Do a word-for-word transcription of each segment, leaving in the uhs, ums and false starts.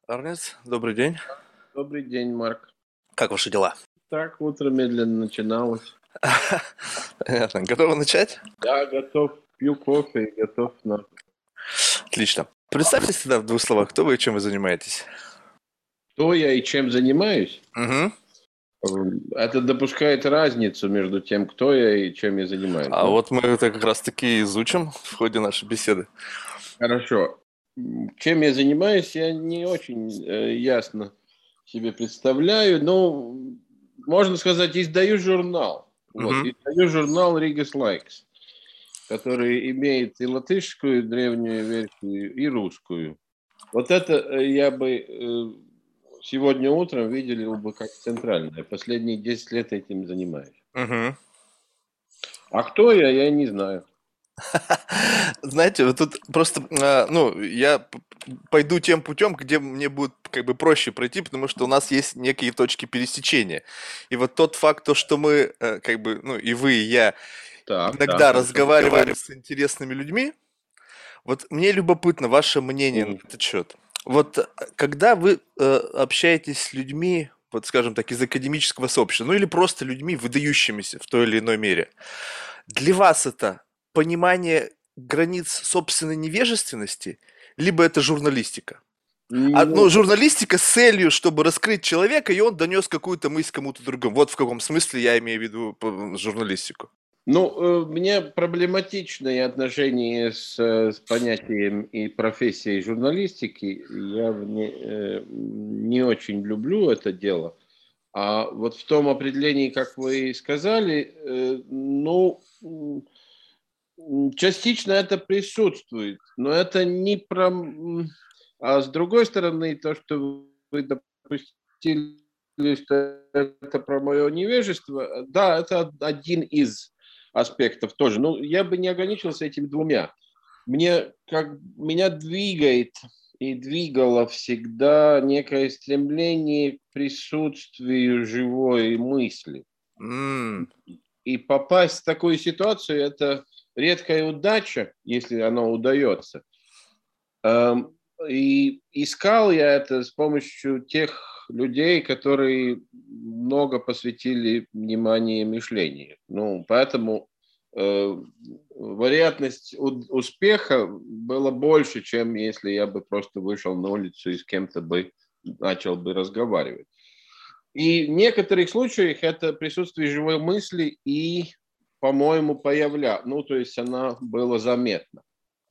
Арнес, добрый день. Добрый день, Марк. Как ваши дела? Так, утро медленно начиналось. Понятно. Готовы начать? Я готов, пью кофе и готов на... Отлично. Представьте всегда в двух словах, кто вы и чем вы занимаетесь. Кто я и чем занимаюсь? Угу. Эм, Это допускает разницу между тем, кто я и чем я занимаюсь, А да? вот мы это как раз таки изучим в ходе нашей беседы. Хорошо. М, Чем я занимаюсь, я не очень э, ясно себе представляю. Но, можно сказать, издаю журнал. Вот, Угу. издаю журнал Rigas Likes, который имеет и латышскую древнюю версию, и русскую. Вот это э, я бы э, сегодня утром видел бы как центральное. Последние десять лет этим занимаюсь. Угу. А кто я, я не знаю. Знаете, вот тут просто, а, ну, я п- пойду тем путем, где мне будет как бы проще пройти, потому что у нас есть некие точки пересечения. И вот тот факт, то, что мы, э, как бы, ну, и вы, и я Так, да, иногда хорошо. разговариваем с интересными людьми. Вот мне любопытно ваше мнение на М. этот счет. Вот э, когда вы э, общаетесь с людьми, вот скажем так, из академического сообщества, ну или просто людьми, выдающимися в той или иной мере, для вас это понимание границ собственной невежественности, либо это журналистика? А, Ну, ну, журналистика с целью, чтобы раскрыть человека, и он донес какую-то мысль кому-то другому. Вот в каком смысле я имею в виду п- журналистику. ну, э, мне проблематичные отношения с, э, с понятием и профессией журналистики. Я в не, э, не очень люблю это дело. А вот в том определении, как вы сказали, э, ну, м, м, частично это присутствует, но это не про... м, А с другой стороны, то, что вы допустили, что это про мое невежество, э, да, это один из аспектов тоже. Но я бы не ограничился этими двумя. Мне как меня двигает и двигало всегда некое стремление к присутствию живой мысли. М, И попасть в такую ситуацию – это редкая удача, если оно удается. Эм, И искал я это с помощью тех людей, которые много посвятили внимания мышлению. Ну, поэтому э, вероятность у- успеха была больше, чем если я бы просто вышел на улицу и с кем-то бы начал бы разговаривать. И в некоторых случаях это присутствие живой мысли и, по-моему, появля, ну, то есть она была заметна.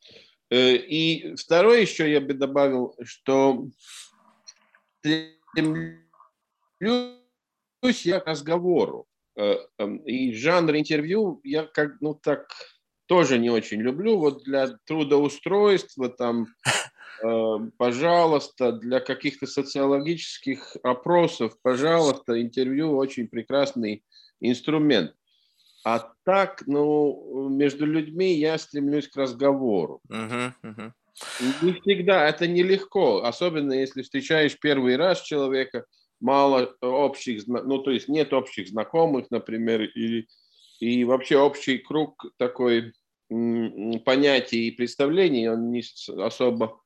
Э, И второе еще я бы добавил, что стремлюсь я к разговору. Э, эм, И жанр интервью я как, ну, так тоже не очень люблю. Вот для трудоустройства там, э, пожалуйста, для каких-то социологических опросов, пожалуйста, интервью очень прекрасный инструмент. А так, ну, между людьми я стремлюсь к разговору. мгм, мгм. Не всегда, это нелегко, особенно если встречаешь первый раз человека, мало общих, зна- ну, то есть нет общих знакомых, например, и, и вообще общий круг такой м, понятий и представлений, он не с- особо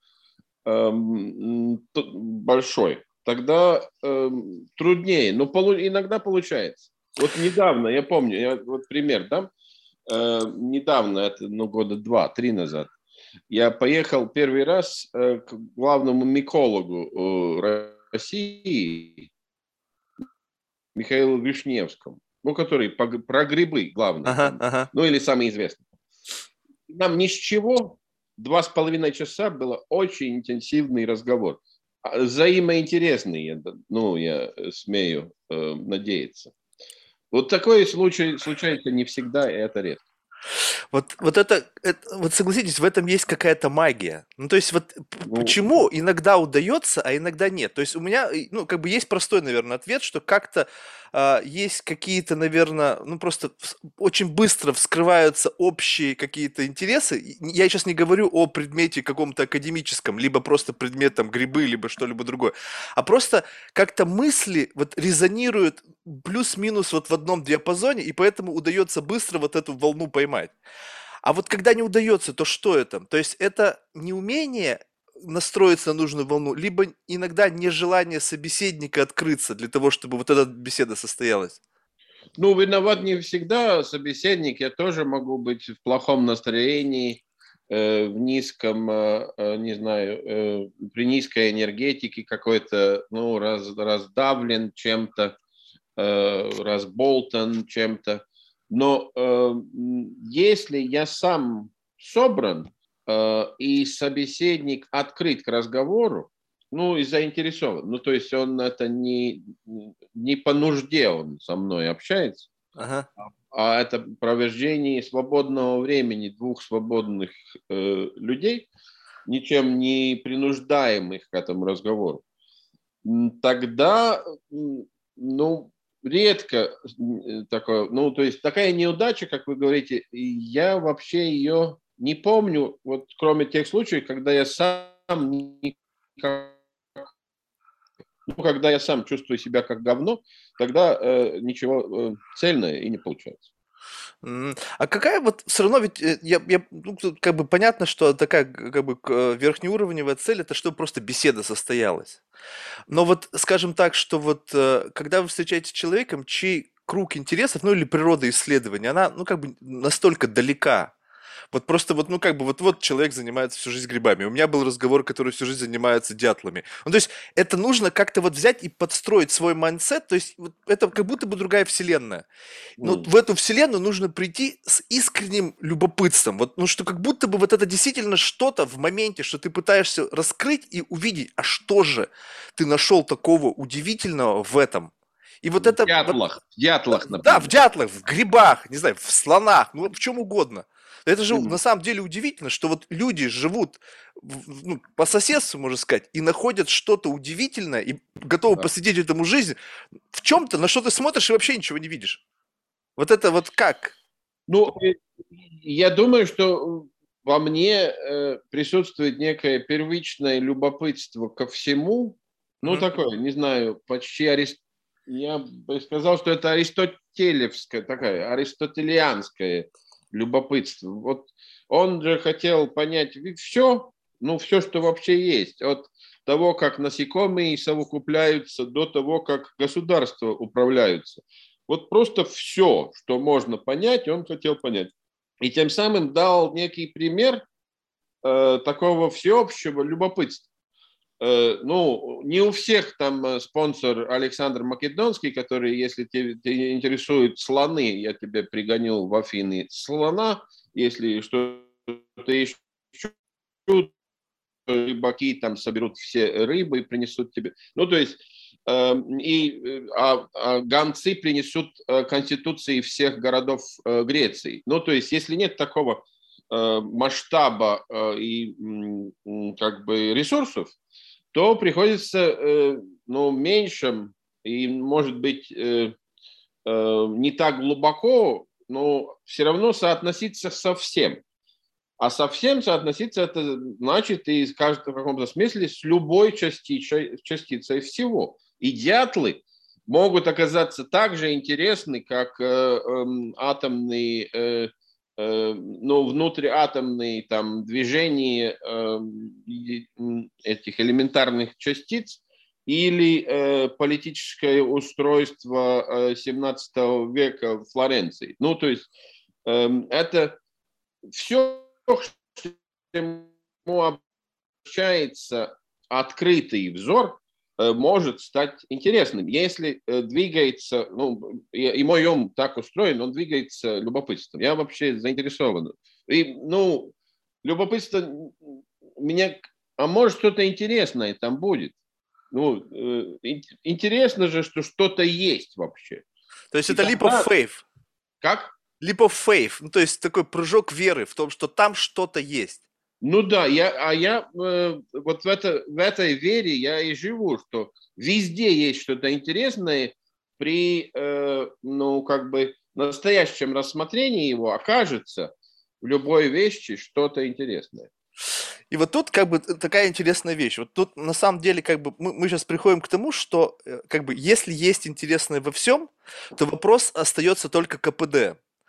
эм, т- большой. Тогда эм, труднее, но полу- иногда получается. Вот недавно, я помню, я, вот пример дам, Э, недавно, это ну, года два-три назад, я поехал первый раз э, к главному микологу э, России Михаилу Вишневскому, ну, который по, про грибы главный Ага, там, ага. ну или самый известный. Нам ни с чего два с половиной часа был очень интенсивный разговор. А, взаимоинтересный, я, ну, я смею э, надеяться. Вот такой случай случается не всегда, и это редко. Вот, вот это, это- вот согласитесь, в этом есть какая-то магия. Ну, то есть вот п- Ну, почему иногда удается, а иногда нет? То есть у меня, и, ну, как бы есть простой, наверное, ответ, что как-то а, есть какие-то, наверное, ну, просто вс- очень быстро вскрываются общие какие-то интересы. И я сейчас не говорю о предмете каком-то академическом, либо просто предметом грибы, либо что-либо другое, а просто как-то мысли вот резонируют плюс-минус вот в одном диапазоне, и поэтому удается быстро вот эту волну поймать. А вот когда не удается, то что это? То есть это неумение настроиться на нужную волну, либо иногда нежелание собеседника открыться для того, чтобы вот эта беседа состоялась? Ну, виноват не всегда собеседник. Я тоже могу быть в плохом настроении, э, в низком, э, э, не знаю, э, при низкой энергетике какой-то, ну, раз, раздавлен чем-то, э, разболтан чем-то. Но э, м, если я сам собран, э, и собеседник открыт к разговору, ну, и заинтересован. Ну, то есть он это не, не по нужде он со мной общается, Ага. а это проведение свободного времени двух свободных э, людей, ничем не принуждаемых к этому разговору. М, Тогда, м, ну, редко м, такое, ну, то есть такая неудача, как вы говорите, и я вообще ее не помню, вот кроме тех случаев, когда я сам никак, ну, когда я сам чувствую себя как говно, тогда э, ничего э, цельное и не получается. М, А какая вот все равно ведь э, я, я ну, тут как бы понятно, что такая г- как бы к- э, верхнеуровневая цель это чтобы просто беседа состоялась. Но вот скажем так, что вот э, когда вы встречаетесь с человеком, чей круг интересов, ну или природа исследования, она ну как бы настолько далека. Вот просто вот, ну, как бы, вот-вот человек занимается всю жизнь грибами. У меня был разговор, который всю жизнь занимается дятлами. Ну, то есть это нужно как-то вот взять и подстроить свой майндсет, то есть вот это как будто бы другая вселенная. Ну, М, в эту вселенную нужно прийти с искренним любопытством. Вот, ну, что как будто бы вот это действительно что-то в моменте, что ты пытаешься раскрыть и увидеть, а что же ты нашел такого удивительного в этом? И вот В это, вот, дятлах, в дятлах, да, в например. дятлах, в грибах, не знаю, в слонах, ну, в чем угодно. Это же на М, самом деле удивительно, что вот люди живут в- в- ну, по соседству, можно сказать, и находят что-то удивительное и готовы да. посвятить этому жизнь в чем-то, на что ты смотришь и вообще ничего не видишь. Вот это вот как? Ну, э, я думаю, что во мне э, присутствует некое первичное любопытство ко всему. Ну, Мгм. такое, не знаю, почти арист... Я бы сказал, что это аристотелевское, такая, аристотелианское любопытство. Вот он же хотел понять все, ну, все, что вообще есть. От того, как насекомые совокупляются, до того, как государства управляются. Вот просто все, что можно понять, он хотел понять. И тем самым дал некий пример э, такого всеобщего любопытства. Э, ну, не у всех там э, спонсор Александр Македонский, который, если тебя, тебя интересуют слоны, я тебе пригоню в Афины слона, если что-то еще, рыбаки там соберут все рыбы и принесут тебе. Ну, то есть, э, и, э, а, а гонцы принесут э, конституции всех городов э, Греции. Ну, то есть, если нет такого э, масштаба э, и м, как бы ресурсов, то приходится э, ну, меньшим и, может быть, э, э, не так глубоко, но все равно соотноситься со всем. А совсем соотноситься это значит и скажет в каком-то смысле с любой частицей, частицей всего. И дятлы могут оказаться так же интересны, как э, э, атомные, э, э, ну, внутриатомные там, движения э, этих элементарных частиц или э, политическое устройство э, семнадцатого века в Флоренции. Ну, то есть э, это все, что ему обращается открытый взор, э, может стать интересным, если э, двигается, ну, и, и мой ум так устроен, он двигается любопытством. Я вообще заинтересован. И, ну, любопытство меня, а может что-то интересное там будет. Ну, э, интересно же, что что-то есть вообще. То есть И это leap of тогда, faith. как? Leap of faith. Ну, то есть такой прыжок веры в том, что там что-то есть. Ну да, я, а я э, вот в, это, в этой вере я и живу, что везде есть что-то интересное, при, э, ну, как бы, настоящем рассмотрении его окажется в любой вещи что-то интересное. И вот тут как бы такая интересная вещь. Вот тут на самом деле как бы мы, мы сейчас приходим к тому, что э, как бы если есть интересное во всем, то вопрос остается только КПД.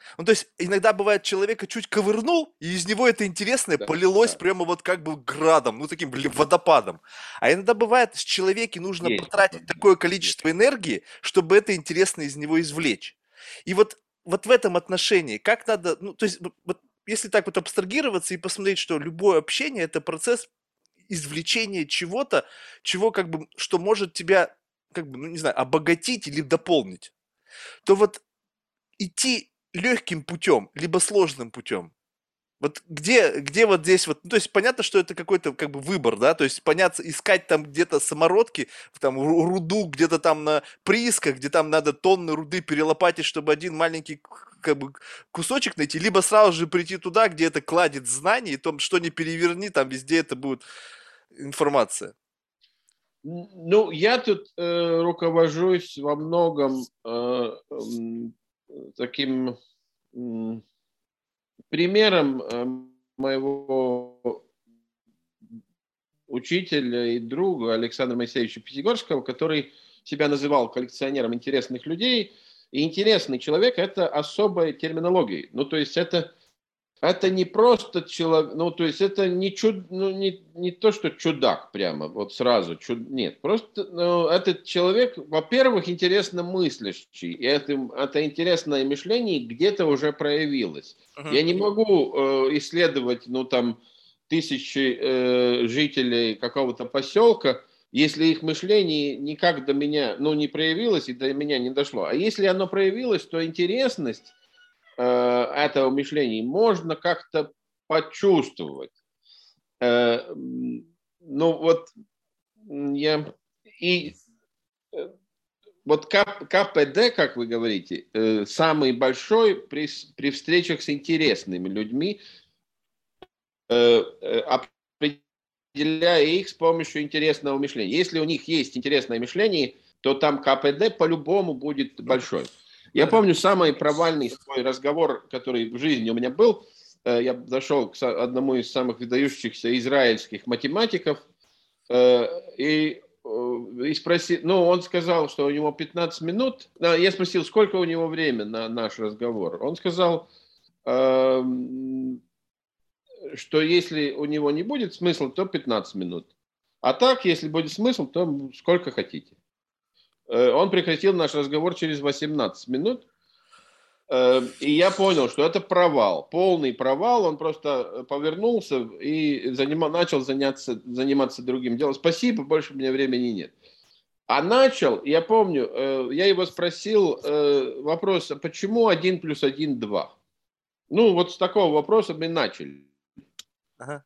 Ну, то есть иногда бывает, человека чуть ковырнул, и из него это интересное Да, полилось да. прямо вот как бы градом, ну, таким блин, водопадом. А иногда бывает, с человеке нужно Есть такое, потратить да. такое Есть. количество энергии, чтобы это интересно из него извлечь. И вот, вот в этом отношении, как надо, ну, то есть, вот, вот если так вот абстрагироваться и посмотреть, что любое общение– это процесс извлечения чего-то, чего как бы, что может тебя, как бы, ну, не знаю, обогатить или дополнить, то вот идти легким путем, либо сложным путем. Вот где, где вот здесь вот, ну, то есть понятно, что это какой-то как бы выбор, да, то есть понятно, искать там где-то самородки, там ру- руду где-то там на приисках, где там надо тонны руды перелопатить, чтобы один маленький к- как бы кусочек найти, либо сразу же прийти туда, где это кладет знаний, и том, что не переверни, там везде это будет информация. Н- Ну, я тут э, руковожусь во многом э, м, таким м, примером э, моего учителя и друга Александра Моисеевича Пятигорского, который себя называл коллекционером интересных людей. И интересный человек– это особая терминология. Ну, то есть это это не просто человек, ну, то есть это не, чуд, ну, не, не то, что чудак прямо, вот сразу, чуд, нет. Просто ну, этот человек, во-первых, интересно мыслящий, и это, это интересное мышление где-то уже проявилось. Мгм. Я не могу э, исследовать, ну, там, тысячи э, жителей какого-то поселка, если их мышление никак до меня, ну, не проявилось и до меня не дошло. А если оно проявилось, то интересность э, этого мышления можно как-то почувствовать. Э, ну вот я и э, вот КПД, как вы говорите, э, самый большой при, при встречах с интересными людьми, э, э, определяя их с помощью интересного мышления. Если у них есть интересное мышление, то там КПД по-любому будет большой. Я Ага. помню самый провальный свой разговор, который в жизни у меня был. Э, Я зашел к одному из самых выдающихся израильских математиков э, и, э, и спросил, ну, он сказал, что у него пятнадцать минут. А, Я спросил, сколько у него времени на наш разговор. Он сказал, эм, что если у него не будет смысла, то пятнадцать минут. А так, если будет смысл, то сколько хотите. Э, Он прекратил наш разговор через восемнадцать минут. Э, И я понял, что это провал, полный провал. Он просто повернулся и занима- начал заняться, заниматься другим делом. Спасибо, больше у меня времени нет. А начал, я помню, э, я его спросил э, вопрос, а почему один плюс один два? Ну, вот с такого вопроса мы начали. Ага.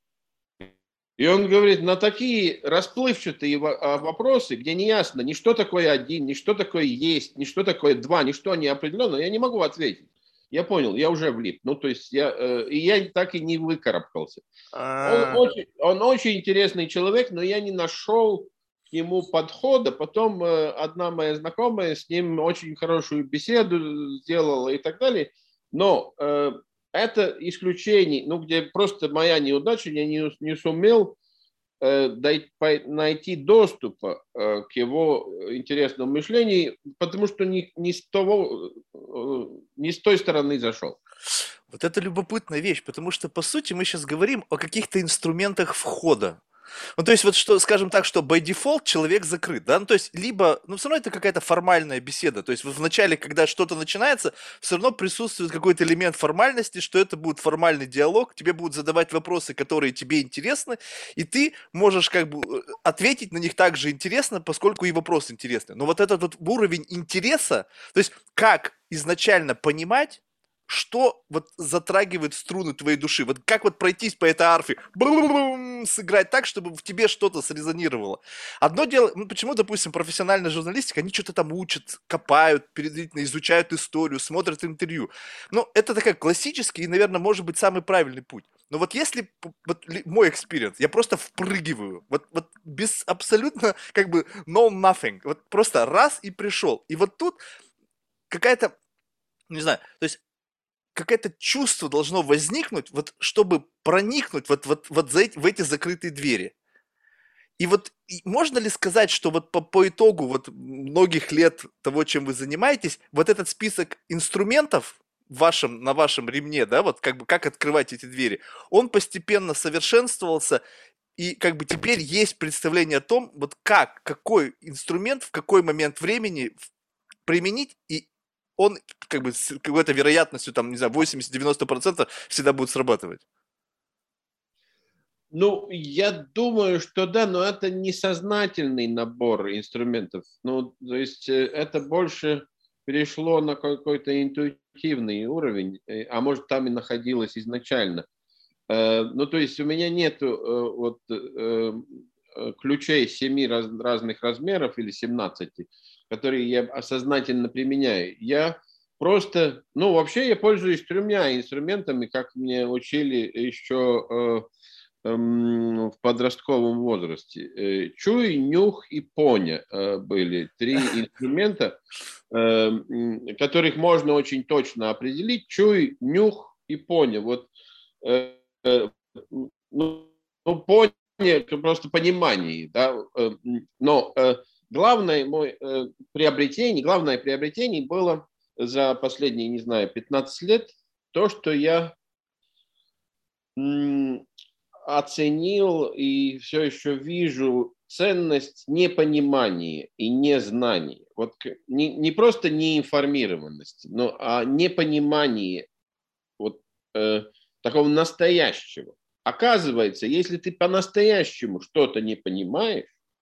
И он говорит, на такие расплывчатые а, вопросы, где не ясно, ни что такое один, ни что такое есть, ни что такое два, ни что не определенно, я не могу ответить. Я понял, я уже влип. Ну, то есть я, э, и я так и не выкарабкался. Он А, очень, он очень интересный человек, но я не нашел к нему подхода. Потом э, одна моя знакомая с ним очень хорошую беседу сделала и так далее. Но э, это исключение, ну, где просто моя неудача, я не, не сумел э, дай- по- найти доступа э, к его интересному мышлению, потому что не, не, с того, э, не с той стороны зашел. вот это любопытная вещь, потому что, по сути, мы сейчас говорим о каких-то инструментах входа. Ну, то есть, вот что, скажем так, что by default человек закрыт, да, ну, то есть, либо, ну, все равно это какая-то формальная беседа, то есть, вот в начале, когда что-то начинается, все равно присутствует какой-то элемент формальности, что это будет формальный диалог, тебе будут задавать вопросы, которые тебе интересны, и ты можешь как бы э, ответить на них также интересно, поскольку и вопрос интересный. Но вот этот вот уровень интереса, то есть, как изначально понимать, что вот затрагивает струны твоей души? Вот как вот пройтись по этой арфе, бу-бу-бу-бум, сыграть так, чтобы в тебе что-то срезонировало? Одно дело, ну почему, допустим, профессиональная журналистика, они что-то там учат, копают, предварительно изучают историю, смотрят интервью. Ну, это такой классический и, наверное, может быть, самый правильный путь. Но вот если, п- вот ли- мой экспириенс, я просто впрыгиваю, вот, вот без абсолютно, как бы, no nothing, вот просто раз и пришел. И вот тут какая-то, не знаю, то есть какое-то чувство должно возникнуть, вот чтобы проникнуть вот, вот, вот за эти, в эти закрытые двери. И вот и можно ли сказать, что вот по, по итогу вот многих лет того, чем вы занимаетесь, вот этот список инструментов, в вашем, на вашем ремне, да, вот как бы как открывать эти двери, он постепенно совершенствовался, и как бы теперь есть представление о том, вот как, какой инструмент в какой момент времени применить, и он как бы с какой-то вероятностью, там, не знаю, восемьдесят-девяносто процентов всегда будет срабатывать. Ну, я думаю, что да, но это несознательный набор инструментов. Ну, то есть э, это больше перешло на какой-то интуитивный уровень, э, а может там и находилось изначально. Э, Ну, то есть у меня нет вот э, э, ключей семи раз- разных размеров или семнадцати, которые я сознательно применяю. Я просто, ну, вообще я пользуюсь тремя инструментами, как мне учили еще э, эм, в подростковом возрасте. Э, Чуй, нюх и поня э, были три инструмента, э, м, которых можно очень точно определить. Чуй, нюх и поня. Вот э, э, ну, ну, понял, просто понимание, да, э, но э, главное мое э, приобретение, главное приобретение было за последние, не знаю, пятнадцать лет, то, что я м, оценил и все еще вижу ценность непонимания и незнания. Вот не, не просто неинформированности, но а непонимание вот э, такого настоящего. Оказывается, если ты по-настоящему что-то не понимаешь,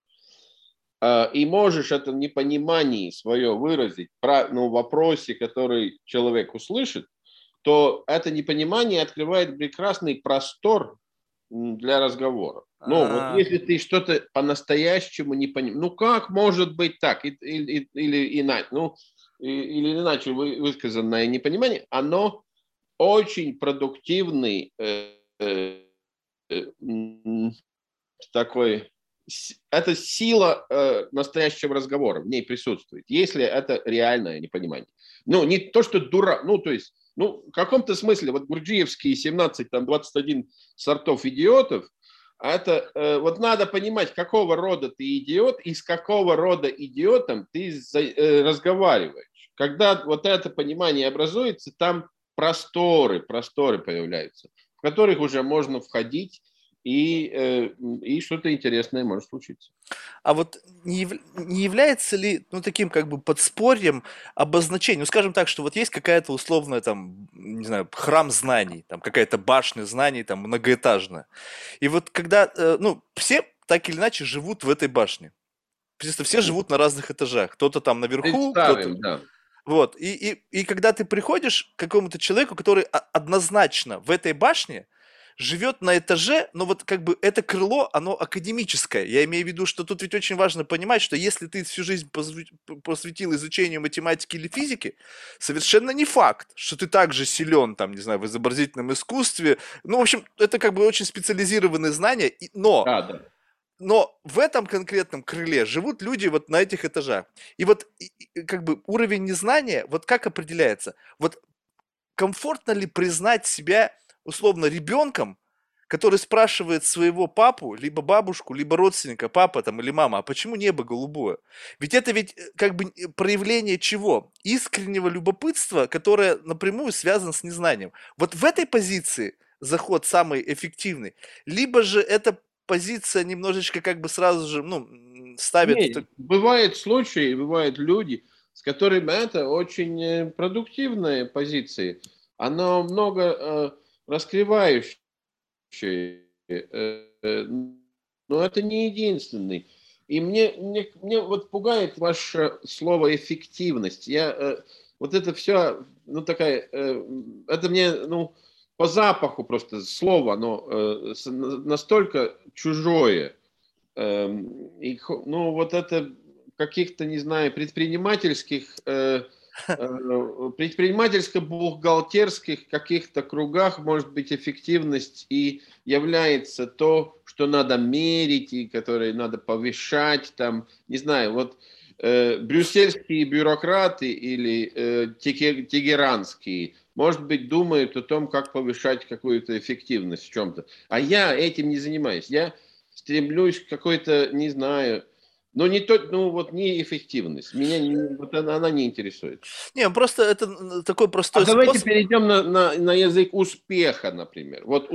э, и можешь это непонимание свое выразить в ну, вопросе, который человек услышит, то это непонимание открывает прекрасный простор для разговора. Ну, вот А, если ты что-то по-настоящему не понимаешь, ну как может быть так, или, или иначе, ну, или иначе высказанное непонимание, оно очень продуктивный э, э, э, такой, это сила э, настоящего разговора в ней присутствует, если это реальное непонимание. Ну, не то, что дура, ну, то есть, ну, в каком-то смысле, вот гурджиевские семнадцать, там, двадцать один сортов идиотов, это э, вот надо понимать, какого рода ты идиот и с какого рода идиотом ты за, э, разговариваешь. Когда вот это понимание образуется, там просторы, просторы появляются, в которых уже можно входить, и, э, и что-то интересное может случиться. а вот не, яв- не является ли, ну, таким как бы подспорьем обозначение, ну, скажем так, что вот есть какая-то условная там, не знаю, храм знаний, там какая-то башня знаний, там многоэтажная. И вот когда, э, ну, все так или иначе живут в этой башне. Просто все живут на разных этажах. Кто-то там наверху, кто-то... Представим, да. Вот. И, и, и когда ты приходишь к какому-то человеку, который о- однозначно в этой башне живет на этаже, но вот как бы это крыло, оно академическое. Я имею в виду, что тут ведь очень важно понимать, что если ты всю жизнь позву- посвятил изучению математики или физики, совершенно не факт, что ты также силен, там, не знаю, в изобразительном искусстве. Ну, в общем, это как бы очень специализированные знания, и- но Да, да. но в этом конкретном крыле живут люди вот на этих этажах. И вот и- и как бы уровень незнания, вот как определяется? Вот комфортно ли признать себя условно ребенком, который спрашивает своего папу, либо бабушку, либо родственника, папа там или мама, а почему небо голубое? Ведь это ведь э, как бы э, проявление чего? Искреннего любопытства, которое напрямую связано с незнанием. Вот в этой позиции заход самый эффективный. Либо же эта позиция немножечко как бы сразу же, ну, м, ставит в... так- Не, бывают случаи, бывают люди, с которыми это очень э, продуктивные позиции. Оно много э, раскрывающее, э, э, но это не единственный. И мне, мне, мне вот пугает ваше слово эффективность. Я э, вот это все, ну такая, э, это мне, ну по запаху просто слово, оно э, с- настолько чужое. Эм, и, ну, вот это каких-то, не знаю, предпринимательских, э, э, предпринимательско-бухгалтерских каких-то кругах, может быть, эффективность и является то, что надо мерить и которое надо повышать, там, не знаю, вот э, брюссельские бюрократы или э, тегеранские, может быть, думают о том, как повышать какую-то эффективность в чем-то. А я этим не занимаюсь. Я стремлюсь к какой-то, не знаю, Но не то, ну вот не эффективность. Меня не, вот она, она не интересует. Не, просто это такой А простой давайте способ. перейдем на, на, на язык успеха, например. Вот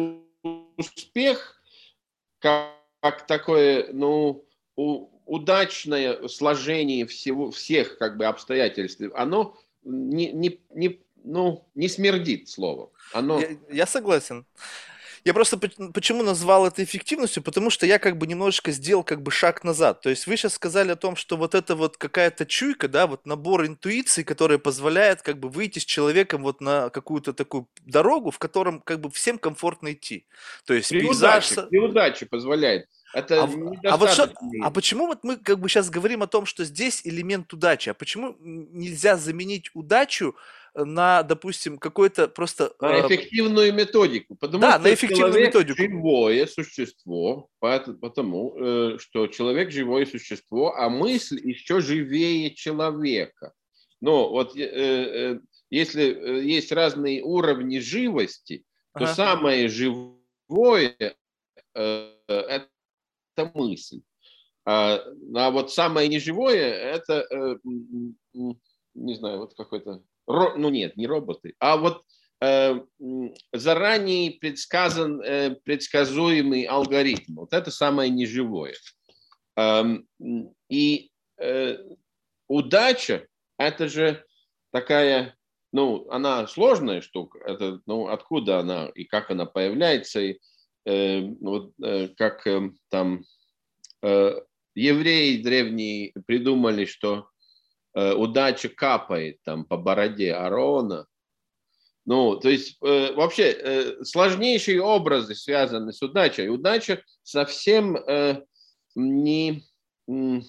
успех как, как такое, ну, у, удачное сложение всего, всех как бы обстоятельств, оно не, не, не, ну, не смердит словом. Я, Оно я согласен. Я просто поч- почему назвал это эффективностью, потому что я как бы немножечко сделал как бы шаг назад. То есть вы сейчас сказали о том, что вот это вот какая-то чуйка, да, вот набор интуиции, который позволяет как бы выйти с человеком вот на какую-то такую дорогу, в котором как бы всем комфортно идти. То есть при пейзаж, удаче, со- при удаче позволяет. Это а, в- а вот что, недостаточно. а почему вот мы как бы сейчас говорим о том, что здесь элемент удачи, а почему н- нельзя заменить удачу э, на, допустим, какой-то просто, На э, эффективную методику, потому да, на что эффективную человек методику? живое существо, поэт- потому э, что человек живое существо, а мысль еще живее человека. Но вот э, э, если э, есть разные уровни живости, то Ага. самое живое э, это мысль. А, а вот самое неживое это э, м, м, не знаю, вот какой-то ро- ну нет, не роботы, а вот э, м, заранее предсказан, э, предсказуемый алгоритм. Вот это самое неживое. Эм, м, И э, удача это же такая, ну, она сложная штука. Это, ну, откуда она и как она появляется, и э, вот, э, как э, там э, евреи древние придумали, что э, удача капает там по бороде Аарона. Ну, то есть э, вообще э, сложнейшие образы связаны с удачей. Удача совсем э, не, м,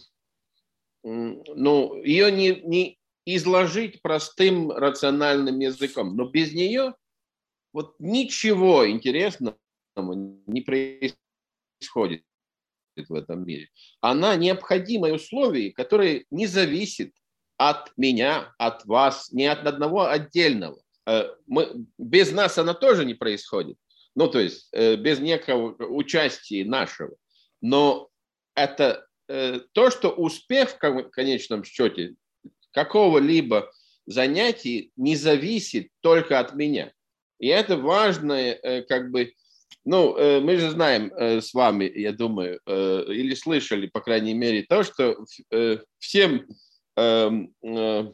м, ну, ее не, не изложить простым рациональным языком, но без нее вот ничего интересного не происходит в этом мире. Она необходимое условие, которое не зависит от меня, от вас, ни от одного отдельного. Э, Мы, без нас она тоже не происходит. Ну, то есть э, без некого участия нашего. Но это э, то, что успех в конечном счете какого-либо занятия не зависит только от меня. И это важное, э, как бы, ну, э, мы же знаем э, с вами, я думаю, э, или слышали, по крайней мере, то, что э, всем э, э,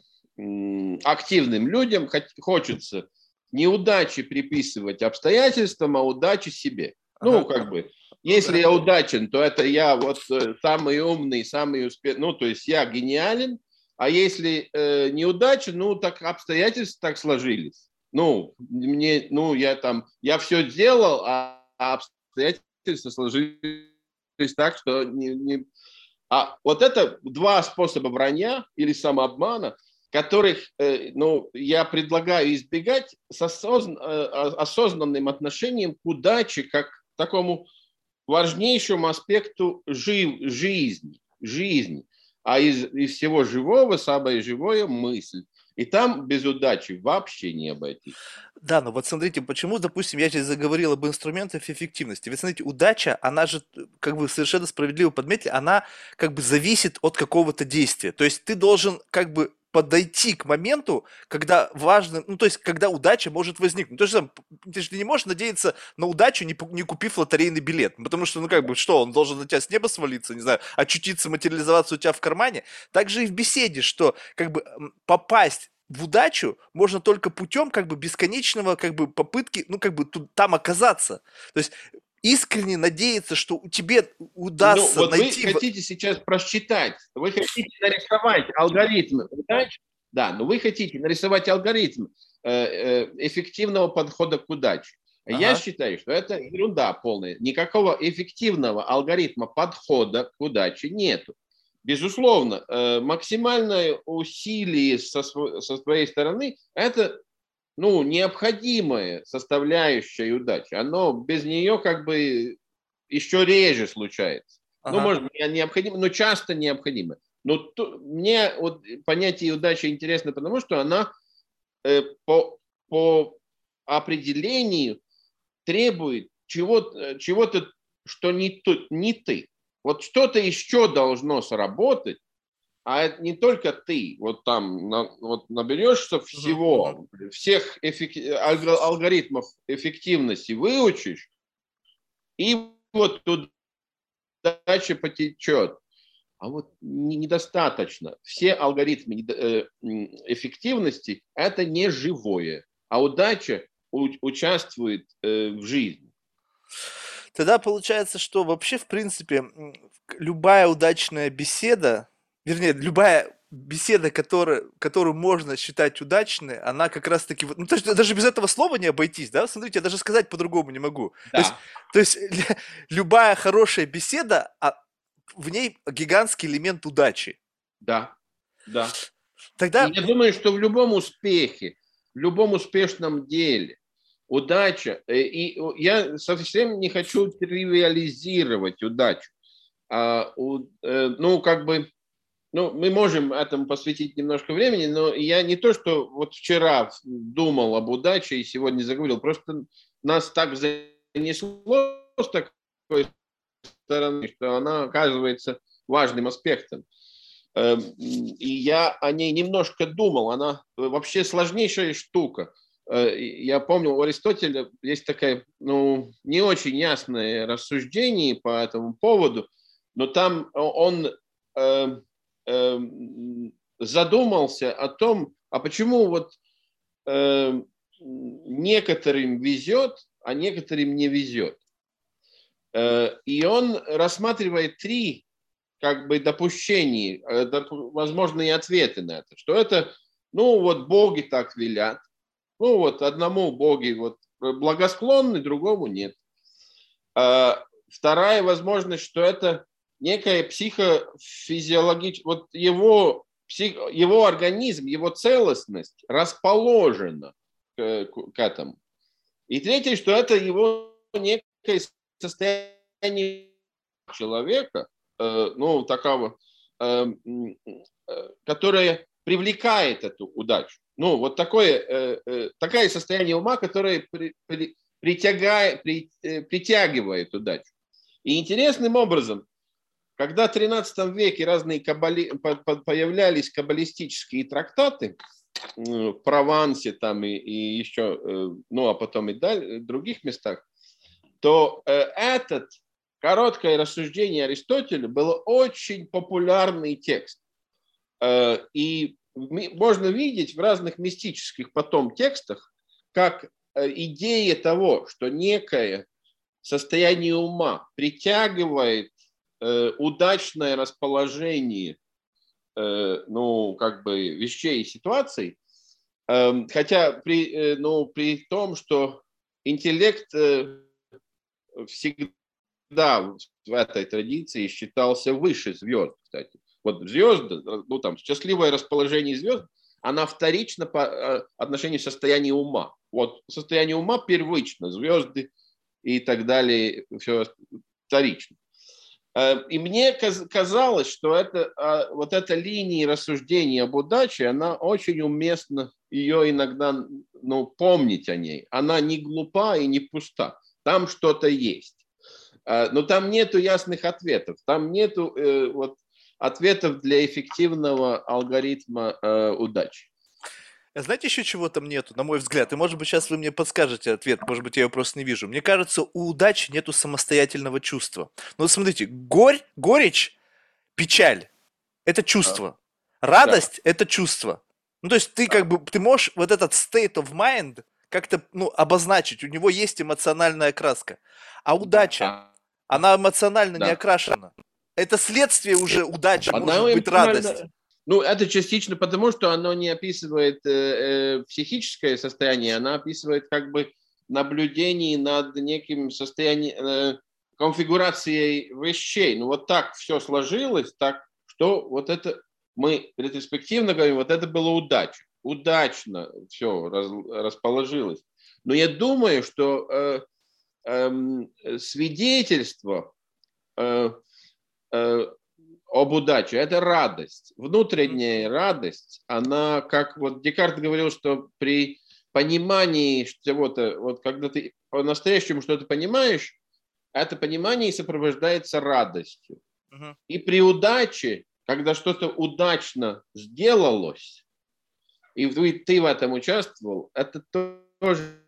активным людям хочется неудачи приписывать обстоятельствам, а удачи себе. Ну, Ага. как бы, Ну если да. я удачен, то это я вот э, самый умный, самый успешный, ну, то есть я гениален, а если э, неудача, ну, так обстоятельства так сложились. Ну, мне, ну, я там, я все сделал, а, а обстоятельства сложились так, что не, не... А вот это два способа вранья или самообмана, которых, э, ну, я предлагаю избегать с осозн... э, осознанным отношением к удаче, как к такому важнейшему аспекту жив... жизни, жизни. А из, из всего живого самое живое мысль. И там без удачи вообще не обойтись. Да, но вот смотрите, почему, допустим, я здесь заговорил об инструментах эффективности. Ведь смотрите, удача, она же, э, как бы совершенно справедливо подметили, она как бы зависит от какого-то действия. То есть ты должен как бы подойти к моменту, когда важно, ну то есть когда удача может возникнуть. То есть там, ты же не можешь надеяться на удачу, не, пу- не купив лотерейный билет. Ну, потому что, ну как бы, что, он должен на тебя с неба свалиться, не знаю, очутиться, материализоваться у тебя в кармане. Так же и в беседе, что как бы м, попасть в удачу можно только путем как бы бесконечного как бы попытки, ну как бы тут, там оказаться. То есть искренне надеяться, что тебе Ну, удастся вот вы найти... в- хотите сейчас просчитать, вы хотите нарисовать алгоритм удач, да, но вы хотите нарисовать алгоритм э, э, эффективного подхода к удаче. Я Ага. считаю, что это ерунда полная. Никакого эффективного алгоритма подхода к удаче нету. Безусловно, э, максимальное усилие со, сво- со своей стороны – это, ну, необходимая составляющая удачи. Оно без нее как бы еще реже случается. Ну, Ага. может, не необходимо, но часто необходимо. Но то, мне вот понятие удачи интересно, потому что она э, по, по определению требует чего-то, чего-то, что не, ту, не ты. Вот что-то еще должно сработать, а это не только ты. Вот там на, вот наберешься Мгм, всего, мгм. всех эффек- алго- алгоритмов эффективности выучишь, и вот туда дальше потечет. А вот не- недостаточно. Все алгоритмы недо- э, м, эффективности – это не живое, а удача у- участвует э, в жизни. Тогда получается, что вообще, в принципе, м, к- любая удачная беседа, вернее, любая беседа, которая, которую можно считать удачной, она как раз-таки, вот- ну, то есть даже без этого слова не обойтись, да, смотрите, я даже сказать по-другому не могу. То есть, Да, то есть любая хорошая беседа, а в ней гигантский элемент удачи. да, да. И Тогда, я думаю, что в любом успехе, в любом успешном деле удача, э, и я совсем не хочу тривиализировать удачу. А, у- э, ну, как бы, ну, мы можем этому посвятить немножко времени, но я не то, что вот вчера думал об удаче и сегодня заговорил, просто нас так занесло с такой стороны, что она оказывается важным аспектом. Эм, И я о ней немножко думал. Она вообще сложнейшая штука. Э, Я помню, у Аристотеля есть такое, ну, не очень ясное рассуждение по этому поводу, но там он э, э, задумался о том, а почему вот э, некоторым везет, а некоторым не везет. Э, И он рассматривает три как бы допущений, э, возможные ответы на это, что это, ну вот боги так велят, ну вот одному боги вот благосклонны, другому нет. А вторая возможность, что это некая психофизиологическая, вот его, псих, его организм, его целостность расположена к, к этому. И третье, что это его некое состояние человека, э, ну, такого, э, э, которое привлекает эту удачу. Ну, вот такое, э, э, такое состояние ума, которое при, при, притягает, при, э, притягивает удачу. И интересным образом, когда в тринадцатом веке разные кабали, по, по, появлялись каббалистические трактаты, в Провансе там и, и еще, ну а потом и далее, в других местах, то э, этот короткое рассуждение Аристотеля было очень популярный текст. Э, и ми- можно видеть в разных мистических потом текстах, как э, идея того, что некое состояние ума притягивает э, удачное расположение э, ну, как бы вещей и ситуаций, э, хотя при, э, ну, при том, что интеллект э, всегда в этой традиции считался выше звезд, кстати. Вот звезды, ну там счастливое расположение звезд, она вторична по э, отношению к состоянию ума. Вот состояние ума первично, звезды и так далее, все вторично. Э, И мне казалось, что это, а, вот эта линия рассуждения об удаче, она очень уместна, ее иногда ну, помнить о ней. Она не глупа и не пуста. Там что-то есть. Э, Но там нету ясных ответов. Там нету э, вот, ответов для эффективного алгоритма э, удачи. а знаете, еще чего там нету, на мой взгляд, и может быть сейчас вы мне подскажете ответ, может быть я его просто не вижу. Мне кажется, у удачи нету самостоятельного чувства. Ну вот смотрите, горь, горечь, печаль – это А, чувство, Да. радость – это чувство. Ну то есть ты как бы, ты можешь вот этот state of mind как-то, ну, обозначить, у него есть эмоциональная окраска. А удача, Да. она эмоционально не Да. окрашена. Это следствие уже удачи, может Она быть радость. эмоционально... Ну, это частично потому, что оно не описывает э, э, психическое состояние, она описывает как бы наблюдение над неким состоянием, э, конфигурацией вещей. Ну, вот так все сложилось, так что вот это мы ретроспективно говорим, вот это было удача. Удачно все раз, расположилось. Но я думаю, что э, э, свидетельство э, э, об удаче. Это радость. Мгм. Внутренняя радость, она, как вот Декарт говорил, что при понимании чего-то, вот когда ты по-настоящему что-то понимаешь, это понимание сопровождается радостью. Мгм. И при удаче, когда что-то удачно сделалось, и вы- ты в этом участвовал, это тоже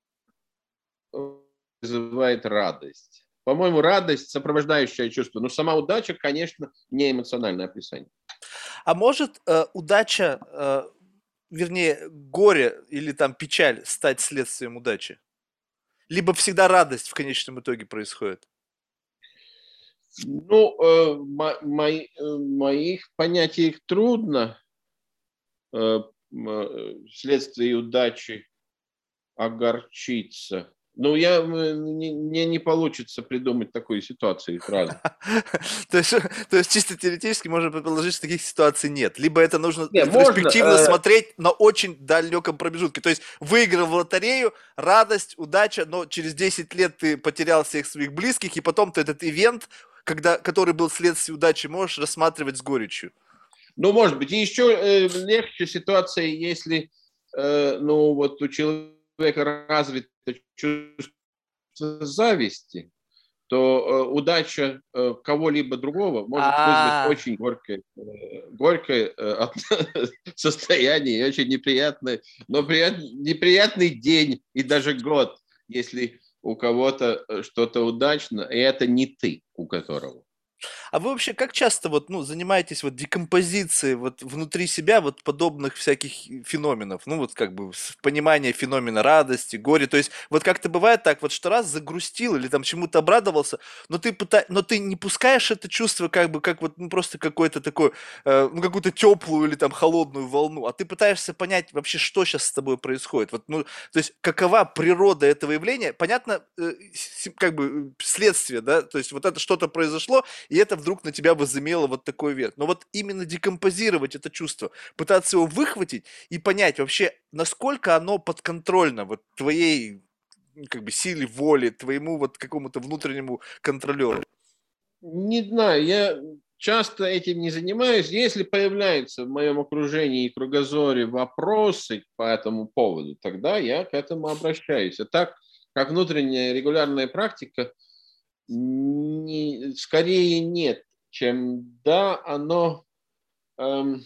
вызывает радость. По-моему, радость, сопровождающее чувство. Но сама удача, конечно, не эмоциональное описание. А может, э, удача, э, вернее, горе или там печаль стать следствием удачи? Либо всегда радость в конечном итоге происходит? Ну, э, мо- мои- э, моих понятиях трудно э, м, э, вследствие удачи огорчиться. Ну, я, м, не- мне не получится придумать такой ситуации сразу. То есть, то есть чисто теоретически можно предположить, что таких ситуаций нет. Либо это нужно Не, можно, ретроспективно э, смотреть на очень далеком промежутке. То есть выиграл в лотерею, радость, удача, но через десять лет ты потерял всех своих близких, и потом ты этот ивент, когда, который был следствием удачи, можешь рассматривать с горечью. ну, может быть, и еще э, легче ситуация, если, э, ну, вот у человека развито чувство зависти, то э, удача э, кого-либо другого может вызвать А, очень горькое, э, горькое э, от- состояние, и очень неприятное, но прият- неприятный день и даже год, если у кого-то э, что-то удачно, и это не ты, у которого. А вы вообще как часто вот, ну, занимаетесь вот декомпозицией вот внутри себя вот подобных всяких феноменов? Ну, вот как бы с- понимание феномена радости, горя. То есть вот как-то бывает так вот, что раз загрустил или там чему-то обрадовался, но ты пыта... но ты не пускаешь это чувство как бы как вот ну, просто какой-то такой, э, ну, какую-то теплую или там холодную волну, а ты пытаешься понять вообще, что сейчас с тобой происходит. Вот, ну, то есть какова природа этого явления? Понятно, э, с- как бы э, следствие, да, то есть вот это что-то произошло, и это вдруг на тебя возымело вот такой вес. Но вот именно декомпозировать это чувство, пытаться его выхватить и понять вообще, насколько оно подконтрольно вот твоей ну, как бы силе воли, твоему вот какому-то внутреннему контролеру. Не знаю, я часто этим не занимаюсь. Если появляются в моем окружении и кругозоре вопросы по этому поводу, тогда я к этому обращаюсь. А так, как внутренняя регулярная практика, не- скорее нет, чем да, оно... эм,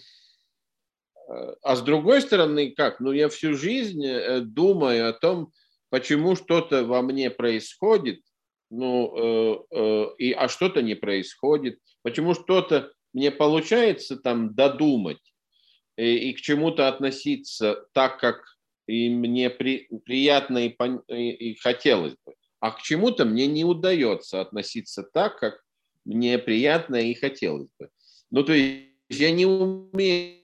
э, а с другой стороны, как? Ну, я всю жизнь э, думаю о том, почему что-то во мне происходит, ну, э, э, и, а что-то не происходит, почему что-то мне получается там додумать и, и к чему-то относиться так, как и мне при, приятно и, пон- и, и хотелось бы, а к чему-то мне не удается относиться так, как мне приятно и хотелось бы. Ну, то есть я не умею,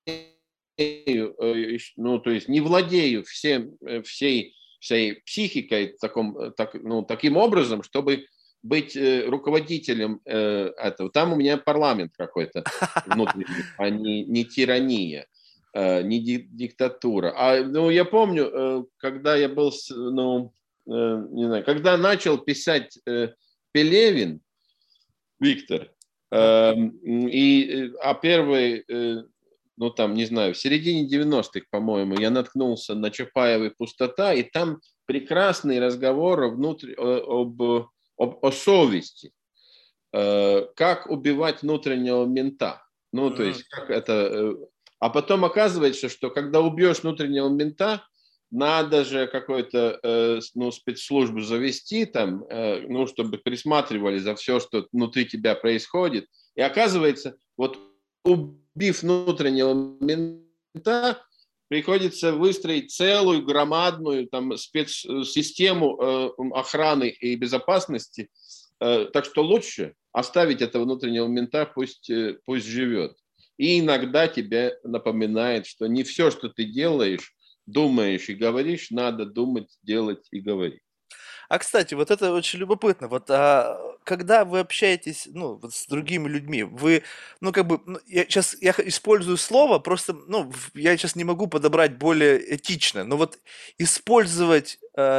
э, ну, то есть не владею всем, э, всей, всей психикой таком, э, так, ну, таким образом, чтобы быть э, руководителем э, этого. Там у меня парламент какой-то внутренний, а не, не тирания, э, не ди- диктатура. А, ну, я помню, э, когда я был, с- ну, э, не знаю, когда начал писать э, Пелевин, Виктор, Ага. э, и, э, а первый, э, ну там, не знаю, в середине девяностых, по-моему, я наткнулся на Чапаева «Пустота», и там прекрасный разговор внутри, об, об, о совести, э, как убивать внутреннего мента. Ну, то Мгм. есть, как это... э, А потом оказывается, что когда убьешь внутреннего мента, надо же какую-то э, ну, спецслужбу завести, там, э, ну, чтобы присматривали за все, что внутри тебя происходит. И оказывается, вот убив внутреннего мента, приходится выстроить целую громадную там, спецсистему э, охраны и безопасности. Э, так что лучше оставить этого внутреннего мента, пусть, э, пусть живет. И иногда тебе напоминает, что не все, что ты делаешь, думаешь и говоришь, надо думать, делать и говорить. А, кстати, вот это очень любопытно. Вот, а, когда вы общаетесь, ну, вот с другими людьми, вы, ну, как бы, ну, я сейчас я х- использую слово, просто, ну, в- я сейчас не могу подобрать более этично, но вот использовать э,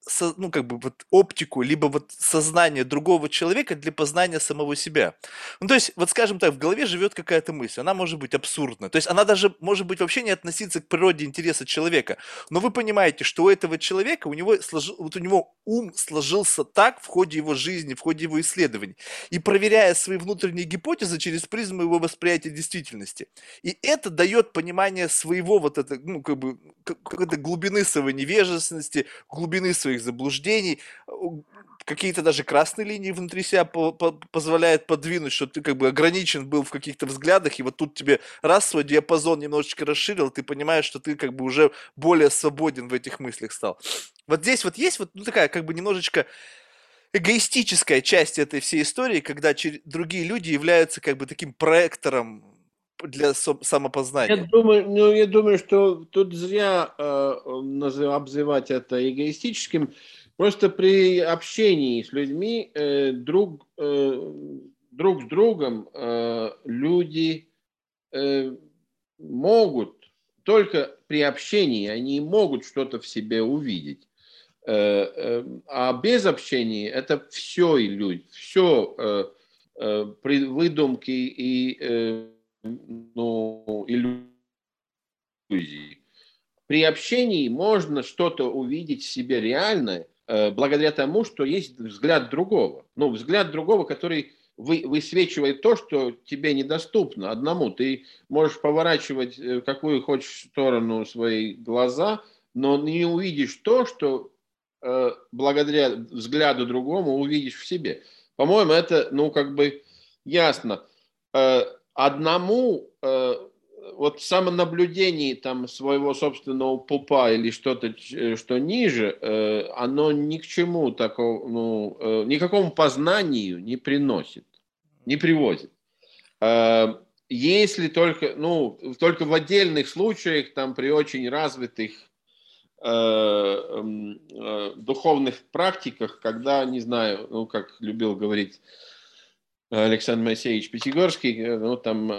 со- ну, как бы вот оптику, либо вот сознание другого человека для познания самого себя. Ну, то есть, вот скажем так, в голове живет какая-то мысль, она может быть абсурдна, то есть она даже может быть вообще не относиться к природе интереса человека, но вы понимаете, что у этого человека, у него, сложи- вот у него ум сложился так в ходе его жизни, в ходе его исследований, и проверяя свои внутренние гипотезы через призму его восприятия действительности. И это дает понимание своего вот это, ну, как бы, как- какой-то глубины своей невежественности, глубины своих заблуждений, какие-то даже красные линии внутри себя по- по- позволяет подвинуть, что ты как бы ограничен был в каких-то взглядах, и вот тут тебе раз свой диапазон немножечко расширил, ты понимаешь, что ты как бы уже более свободен в этих мыслях стал. Вот здесь вот есть вот ну, такая как бы немножечко эгоистическая часть этой всей истории, когда чер- другие люди являются как бы таким проектором для со- Я самопознания. думаю, ну, я думаю, что тут зря э, назыв- обзывать это эгоистическим. Просто при общении с людьми э, друг, э, друг с другом э, люди э, могут, только при общении они могут что-то в себе увидеть. Э, э, а без общения это все иллюзия, все э, э, при- выдумки и э, ну, иллюзии. При общении можно что-то увидеть в себе реальное, э, благодаря тому, что есть взгляд другого. Ну, взгляд другого, который вы, высвечивает то, что тебе недоступно одному. Ты можешь поворачивать э, в какую хочешь сторону свои глаза, но не увидишь то, что э, благодаря взгляду другому увидишь в себе. По-моему, это, ну, как бы ясно. Э, одному э, вот самонаблюдение там своего собственного пупа или что-то, что ниже, э, оно ни к чему такому, ну, э, никакому познанию не приносит, не приводит. Э, если только, ну, только в отдельных случаях, там, при очень развитых э, э, духовных практиках, когда, не знаю, ну, как любил говорить Александр Моисеевич Пятигорский, ну, там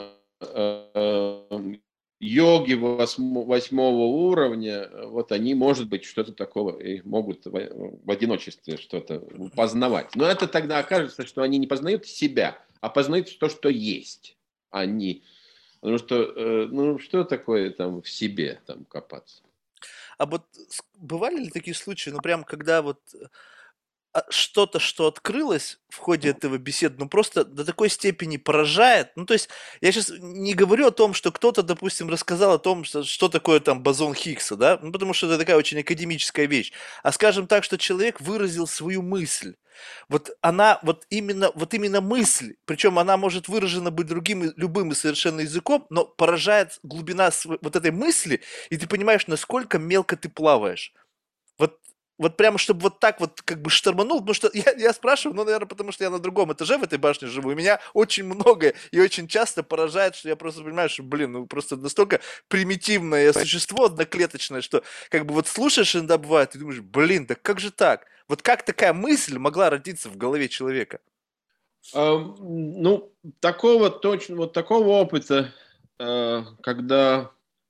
э, йоги восьмого уровня, вот они, может быть, что-то такого и могут в, в одиночестве что-то познавать. Но это тогда окажется, что они не познают себя, а познают то, что есть они. Потому что, э, ну, что такое там в себе там копаться? А вот с- бывали ли такие случаи, ну прям когда вот а, что-то, что открылось в ходе этого беседы, ну, просто до такой степени поражает. Ну, то есть, я сейчас не говорю о том, что кто-то, допустим, рассказал о том, что, что такое там бозон Хиггса, да, ну, потому что это такая очень академическая вещь. А скажем так, что человек выразил свою мысль. Вот она, вот именно, вот именно мысль, причем она может выражена быть другим, и- любым и совершенно языком, но поражает глубина св- вот этой мысли, и ты понимаешь, насколько мелко ты плаваешь. Вот, вот прямо, чтобы вот так вот как бы шторманул, потому что я, я спрашиваю, ну, наверное, потому что я на другом этаже в этой башне живу, и меня очень много и очень часто поражает, что я просто понимаю, что, блин, ну, просто настолько примитивное существо одноклеточное, что как бы вот слушаешь иногда бывает, и думаешь, блин, да как же так? Вот как такая мысль могла родиться в голове человека? А, ну, такого точно, вот такого опыта, э, когда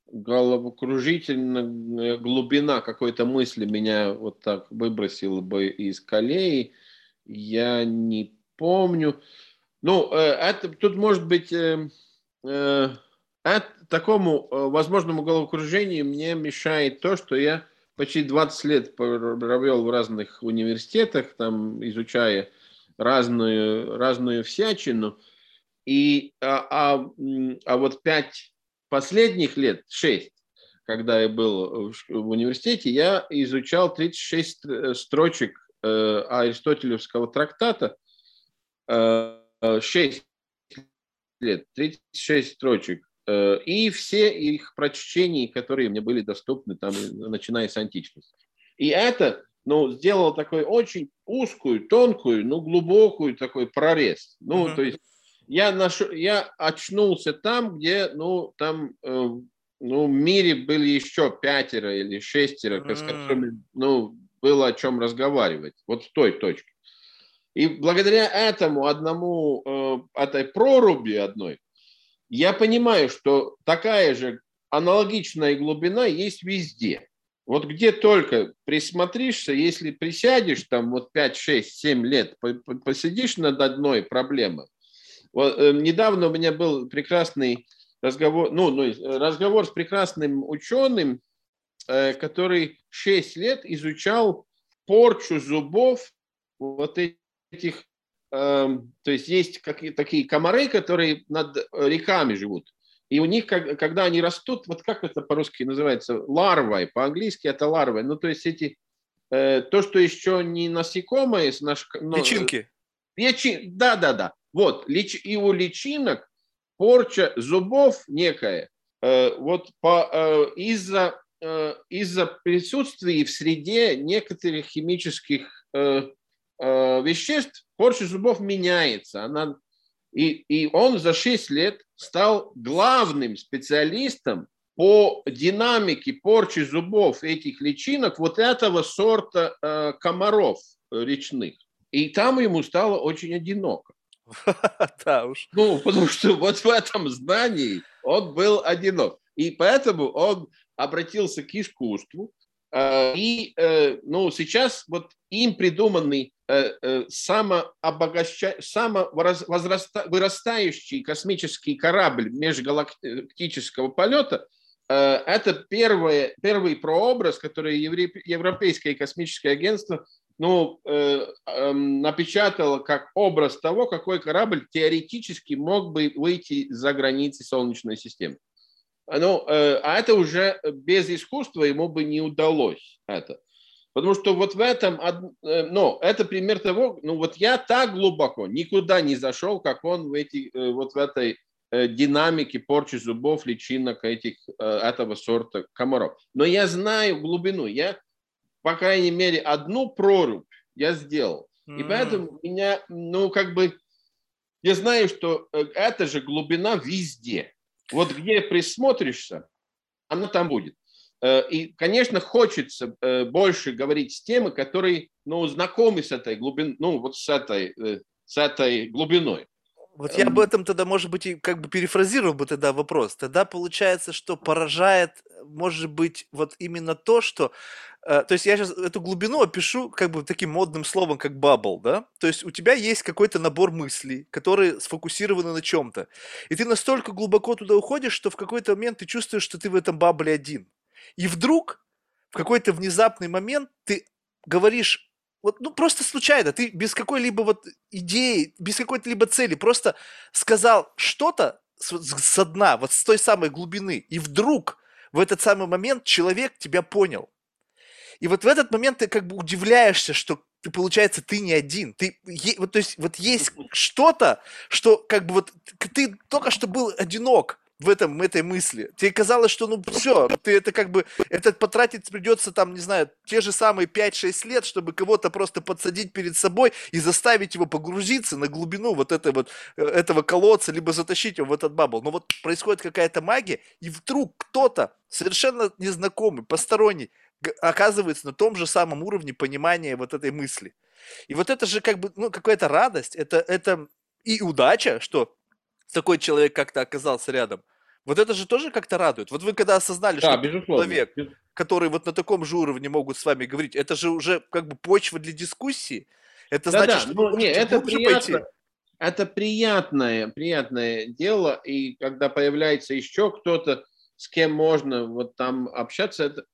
головокружительная глубина какой-то мысли меня вот так выбросила бы из колеи, я не помню. Ну, э, это тут может быть э, э, от такому э, возможному головокружению мне мешает то, что я почти двадцать лет провел в разных университетах, там изучая разную, разную всячину. И, а, а, м, а вот пять последних лет, шесть, когда я был в, ш- в университете, я изучал тридцать шесть стр- строчек э, аристотелевского трактата, э, шесть лет, тридцать шесть строчек. Э, И все их прочтения, которые мне были доступны, там, начиная с античности. И это, ну, сделало такой очень узкую, тонкую, ну, глубокую такой прорез. Ну, Мгм. то есть я, нашел, я очнулся там, где, ну, там, э, ну, в мире были еще пятеро или шестеро, с М. которыми, ну, было о чем разговаривать. Вот в той точке. И благодаря этому одному, э, этой проруби одной, я понимаю, что такая же аналогичная глубина есть везде. Вот где только присмотришься, если присядешь там вот пять, шесть, семь лет, посидишь над одной проблемой. Вот, э, недавно у меня был прекрасный разговор, ну, ну, разговор с прекрасным ученым, э, который шесть лет изучал порчу зубов вот этих, э, то есть есть какие, такие комары, которые над реками живут. И у них, когда они растут, вот как это по-русски называется, ларвой, по-английски это ларвы. Ну, то есть эти, э, то, что еще не насекомые, наш, но, Личинки. личи, да, да, да. Вот, лич, и у личинок порча зубов некая, э, вот по, э, из-за, э, из-за присутствия в среде некоторых химических э, э, веществ, порча зубов меняется. Она И, и он за шесть лет стал главным специалистом по динамике порчи зубов этих личинок вот этого сорта э, комаров речных. И там ему стало очень одиноко. Да уж. Ну, потому что вот в этом здании он был одинок. И поэтому он обратился к искусству. И ну, сейчас вот им придуманный самообогаща... самовырастающий космический корабль межгалактического полета – это первый, первый прообраз, который Европейское космическое агентство ну, напечатало как образ того, какой корабль теоретически мог бы выйти за границы Солнечной системы. Ну, а это уже без искусства ему бы не удалось это. Потому что вот в этом, ну, это пример того, ну, вот я так глубоко никуда не зашел, как он в, эти, вот в этой динамике порчи зубов, личинок этих, этого сорта комаров. Но я знаю глубину, я, по крайней мере, одну прорубь я сделал. И поэтому меня, ну, как бы, я знаю, что эта же глубина везде. Вот где присмотришься, она там будет. И, конечно, хочется больше говорить с теми, которые ну, знакомы с этой глубиной, ну, вот с этой, с этой глубиной. Вот я об этом тогда, может быть, и как бы перефразировал бы тогда вопрос. Тогда получается, что поражает, может быть, вот именно то, что... Э, то есть я сейчас эту глубину опишу как бы таким модным словом, как бабл, да? То есть у тебя есть какой-то набор мыслей, которые сфокусированы на чем-то. И ты настолько глубоко туда уходишь, что в какой-то момент ты чувствуешь, что ты в этом бабле один. И вдруг, в какой-то внезапный момент, ты говоришь... Вот, ну, просто случайно, ты без какой-либо вот идеи, без какой-то либо цели, просто сказал что-то с, со дна, вот с той самой глубины, и вдруг в этот самый момент человек тебя понял. И вот в этот момент ты как бы удивляешься, что ты, получается, ты не один. Ты, вот, то есть вот есть что-то, что как бы вот ты только что был одинок в этом, в этой мысли. Тебе казалось, что ну все, ты это как бы, это потратить придется там, не знаю, те же самые пять-шесть лет, чтобы кого-то просто подсадить перед собой и заставить его погрузиться на глубину вот, этой вот этого колодца, либо затащить его в этот бабл. Но вот происходит какая-то магия, и вдруг кто-то совершенно незнакомый, посторонний, оказывается на том же самом уровне понимания вот этой мысли. И вот это же как бы, ну, какая-то радость, это, это и удача, что такой человек как-то оказался рядом. Вот это же тоже как-то радует. Вот вы когда осознали, да, что безусловно. человек, который вот на таком же уровне могут с вами говорить, это же уже как бы почва для дискуссии. Это да, значит, да. что Ну, вы не, можете это глубже приятно. пойти. Это приятное, приятное дело, и когда появляется еще кто-то, с кем можно вот там общаться, это,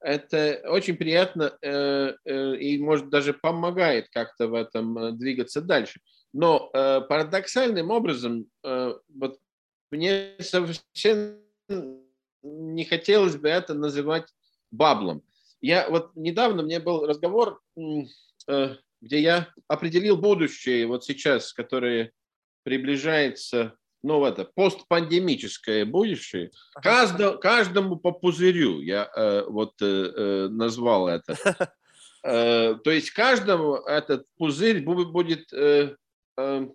это очень приятно э, э, и, может, даже помогает как-то в этом э, двигаться дальше. Но э, парадоксальным образом э, вот мне совсем не хотелось бы это называть баблом. Я вот недавно, у меня был разговор, э, где я определил будущее вот сейчас, которое приближается, ну, это постпандемическое будущее. Каждому, каждому по пузырю я э, вот э, назвал это. Э, то есть каждому этот пузырь будет э, э,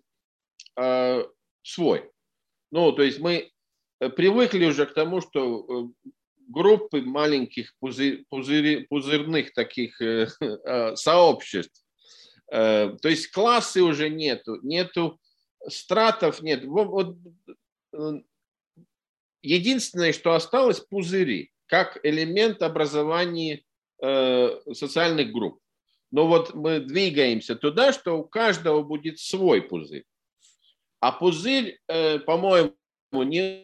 э, свой. Ну, то есть мы привыкли уже к тому, что группы маленьких пузырь, пузырь, пузырных таких э, э, сообществ. Э, то есть классы уже нету, нету стратов, нет. Вот, вот, единственное, что осталось, пузыри, как элемент образования э, социальных групп. Но вот мы двигаемся туда, что у каждого будет свой пузырь. А пузырь, э, по-моему, не,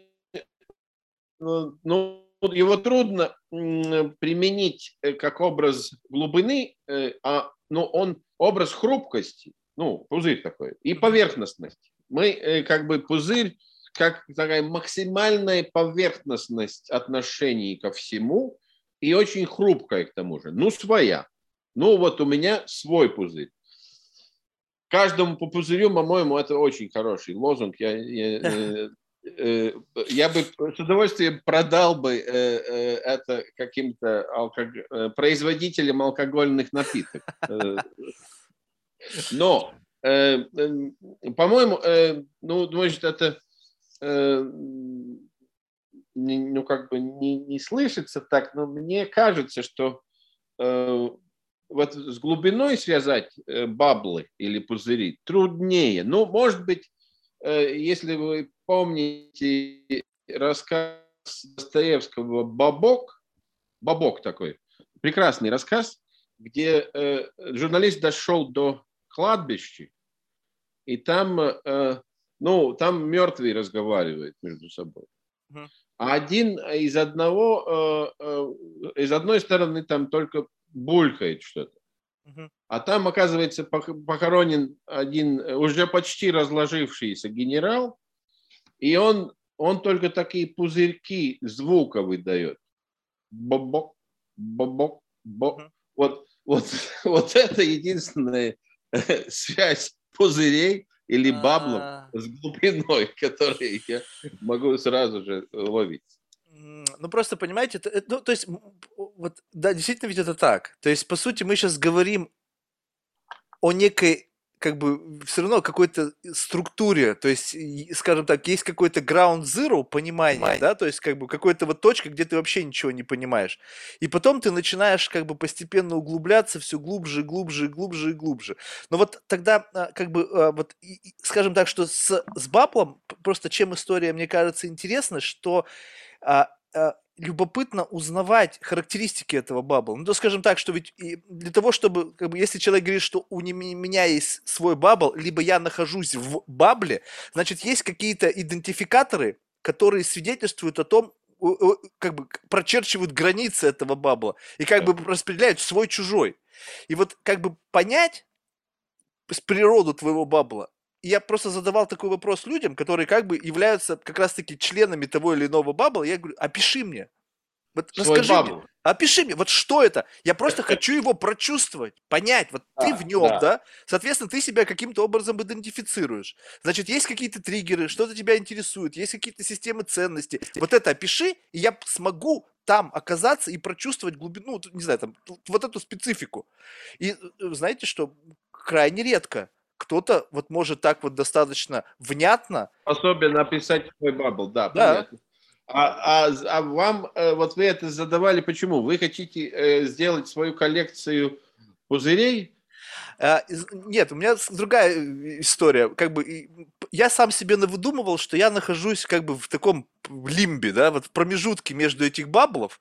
ну, его трудно м, применить э, как образ глубины, э, а ну, он образ хрупкости, ну, пузырь такой, и поверхностности. Мы э, как бы пузырь, как такая максимальная поверхностность отношений ко всему и очень хрупкая к тому же, ну, своя. Ну, вот у меня свой пузырь. Каждому по пузырю, по-моему, это очень хороший лозунг. Я, я, э, я бы с удовольствием продал бы э, э, это каким-то алког... производителям алкогольных напитков. Но, э, э, по-моему, э, ну, может, это э, не, ну, как бы не, не слышится так, но мне кажется, что э, вот с глубиной связать э, баблы или пузыри труднее. Ну, может быть, э, если вы помните рассказ Достоевского «Бабок», «Бабок» такой, прекрасный рассказ, где э, журналист дошел до кладбища, и там, э, ну, там мертвые разговаривают между собой. Uh-huh. А один из одного, э, э, из одной стороны там только булькает что-то. Uh-huh. А там, оказывается, похоронен один уже почти разложившийся генерал, и он, он только такие пузырьки звука выдает. Бобок, бобок, бок. Uh-huh. Вот, вот, вот это единственная связь пузырей или баблов с глубиной, которые я могу сразу же ловить. Ну, просто, понимаете, это, ну, то есть, вот, да, действительно ведь это так. То есть, по сути, мы сейчас говорим о некой, как бы, все равно какой-то структуре, то есть, скажем так, есть какой-то ground zero понимание, Май. да, то есть, как бы, какая-то вот точка, где ты вообще ничего не понимаешь. И потом ты начинаешь, как бы, постепенно углубляться все глубже, глубже, глубже и глубже. Но вот тогда, как бы, вот, скажем так, что с, с Баблом, просто чем история, мне кажется, интересна, что а, а, любопытно узнавать характеристики этого бабла. Ну, то, скажем так, что ведь для того, чтобы, как бы, если человек говорит, что у меня есть свой бабл, либо я нахожусь в бабле, значит, есть какие-то идентификаторы, которые свидетельствуют о том, как бы прочерчивают границы этого бабла и как бы распределяют свой-чужой. И вот как бы понять природу твоего бабла. И я просто задавал такой вопрос людям, которые как бы являются как раз-таки членами того или иного бабла. Я говорю, опиши мне. Вот свой расскажи бабл. мне, опиши мне, вот что это? Я просто хочу его прочувствовать, понять. Вот ты в нем, да. да? Соответственно, ты себя каким-то образом идентифицируешь. Значит, есть какие-то триггеры, что-то тебя интересует, есть какие-то системы ценностей. Вот это опиши, и я смогу там оказаться и прочувствовать глубину, не знаю, там, вот эту специфику. И знаете что? Крайне редко кто-то вот может так вот достаточно внятно... Способен описать свой бабл, да, да. понятно. А, а, а вам, вот вы это задавали, почему? Вы хотите э, сделать свою коллекцию пузырей? А, нет, у меня другая история. Как бы я сам себе навыдумывал, что я нахожусь как бы в таком лимбе, да, вот в промежутке между этих баблов,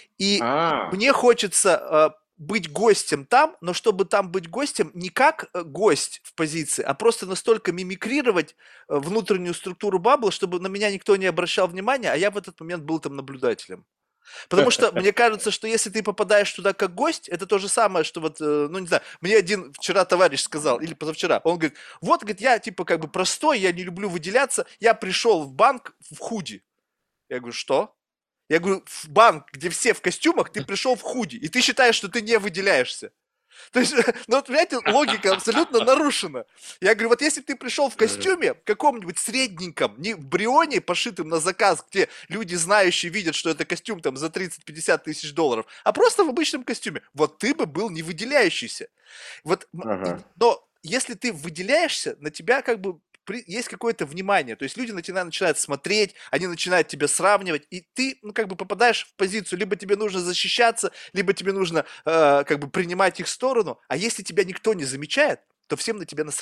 и А-а-а. мне хочется быть гостем там, но чтобы там быть гостем не как гость в позиции, а просто настолько мимикрировать внутреннюю структуру бабла, чтобы на меня никто не обращал внимания, а я в этот момент был там наблюдателем. Потому что мне кажется, что если ты попадаешь туда как гость, это то же самое, что вот, ну не знаю, мне один вчера товарищ сказал, или позавчера, он говорит, вот, говорит, я типа как бы простой, я не люблю выделяться, я пришел в банк в худи. Я говорю, что? Я говорю, в банк, где все в костюмах, ты пришел в худи, и ты считаешь, что ты не выделяешься. То есть, ну вот, понимаете, логика абсолютно нарушена. Я говорю, вот если бы ты пришел в костюме каком-нибудь средненьком, не в брионе, пошитым на заказ, где люди знающие видят, что это костюм там за тридцать-пятьдесят тысяч долларов, а просто в обычном костюме, вот ты бы был не выделяющийся. Вот, ага. Но если ты выделяешься, на тебя как бы есть какое-то внимание, то есть люди на тебя начинают смотреть, они начинают тебя сравнивать, и ты, ну, как бы попадаешь в позицию, либо тебе нужно защищаться, либо тебе нужно, э, как бы, принимать их сторону, а если тебя никто не замечает, то всем на тебя насрать.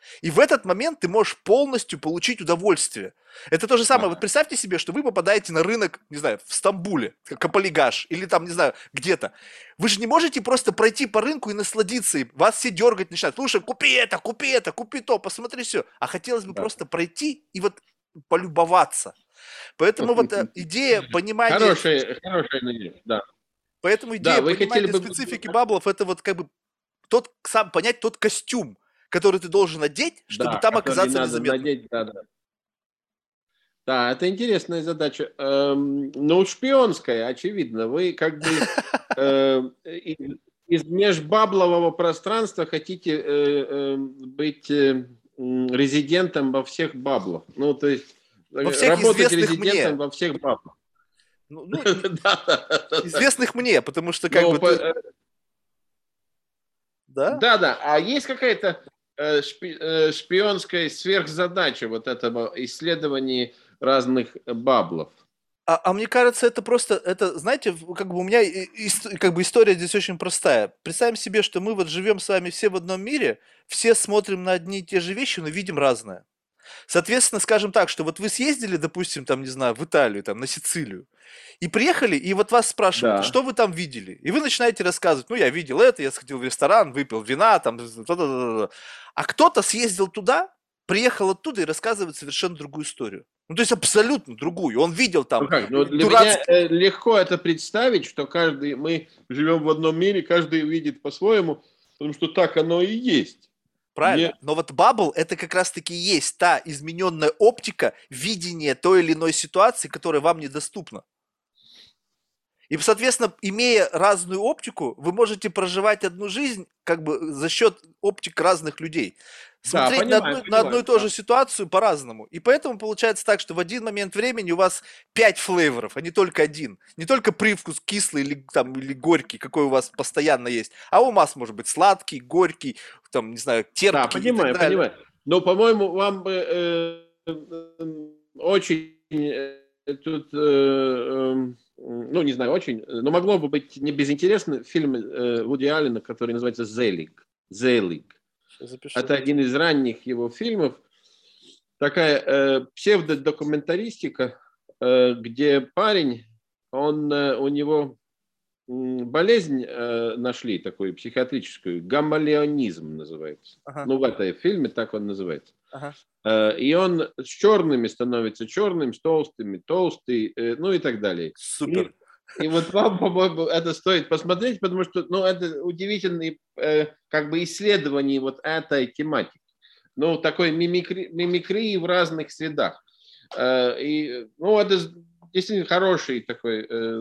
И в этот момент ты можешь полностью получить удовольствие. Это то же самое. Вот Ага. представьте себе, что вы попадаете на рынок, не знаю, в Стамбуле, Капалигаш, или там, не знаю, где-то. Вы же не можете просто пройти по рынку и насладиться им. Вас все дергать начинают. Слушай, купи это, купи это, купи то, посмотри все. А хотелось бы Да. просто пройти и вот полюбоваться. Поэтому вот э, идея понимания, Хорошая, хорошая идея, да. поэтому Да, идея вы хотели понимания бы... специфики баблов, это вот как бы тот, сам понять тот костюм, который ты должен одеть, чтобы Да, там который оказаться надо незаметным. надеть, да, да. Да, это интересная задача. Эм, ну, шпионская, очевидно. Вы как бы э, из, из межбаблового пространства хотите э, э, быть э, м, резидентом во всех баблах. Ну, то есть Во э, всех работать известных резидентом мне. во всех баблах. Ну, ну, и- Да, да, да, да. известных мне, потому что как Но бы по- ты... э, Да? да, да. А есть какая-то э, шпи- э, шпионская сверхзадача вот этого исследования разных баблов? А, а мне кажется, это просто, это, знаете, в- как бы у меня и- ис- как бы история здесь очень простая. Представим себе, что мы вот живем с вами все в одном мире, все смотрим на одни и те же вещи, но видим разное. Соответственно, скажем так, что вот вы съездили, допустим, там, не знаю, в Италию, там, на Сицилию, и приехали, и вот вас спрашивают: «А Да. что вы там видели?» И вы начинаете рассказывать: ну, я видел это, я сходил в ресторан, выпил вина, там, та-та-та-та-та». А кто-то съездил туда, приехал оттуда и рассказывает совершенно другую историю. Ну, то есть абсолютно другую. Он видел Ну там как, ну для меня дурацкий... э, легко это представить, что каждый, мы живем в одном мире, каждый видит по-своему, потому что так оно и есть. Мне, Правильно. Но вот бабл это как раз-таки и есть та измененная оптика видения той или иной ситуации, которая вам недоступна. И, соответственно, имея разную оптику, вы можете проживать одну жизнь как бы за счет оптик разных людей. да, Смотреть на понимаю, одну, на одну и понимаю, ту да. же ситуацию по-разному. И поэтому получается так, что в один момент времени у вас пять флейворов, а не только один. Не только привкус кислый или, там, или горький, какой у вас постоянно есть, а у вас может быть сладкий, горький, там, не знаю, Да, терпкий и так понимаю, далее. понимаю. Но, по-моему, вам бы э, э, очень э, тут, э, э, ну, не знаю, очень, но могло бы быть не безинтересно фильм э, Вуди Аллена, который называется «Зелик». «Зелик». Сейчас запишу. Это один из ранних его фильмов. Такая э, псевдодокументаристика, э, где парень, он, э, у него м, болезнь э, нашли такую психиатрическую, гаммалеонизм называется. Ага, Ну, в этом фильме так он называется. ага. Э, и он с черными становится черным, с толстыми толстый, э, ну и так далее. Супер. И, и вот вам, по-моему, это стоит посмотреть, потому что, ну, это удивительное э, как бы исследование вот этой тематики. Ну, такой мимикри, мимикрии в разных средах. Э, и, ну, это действительно хороший такой э,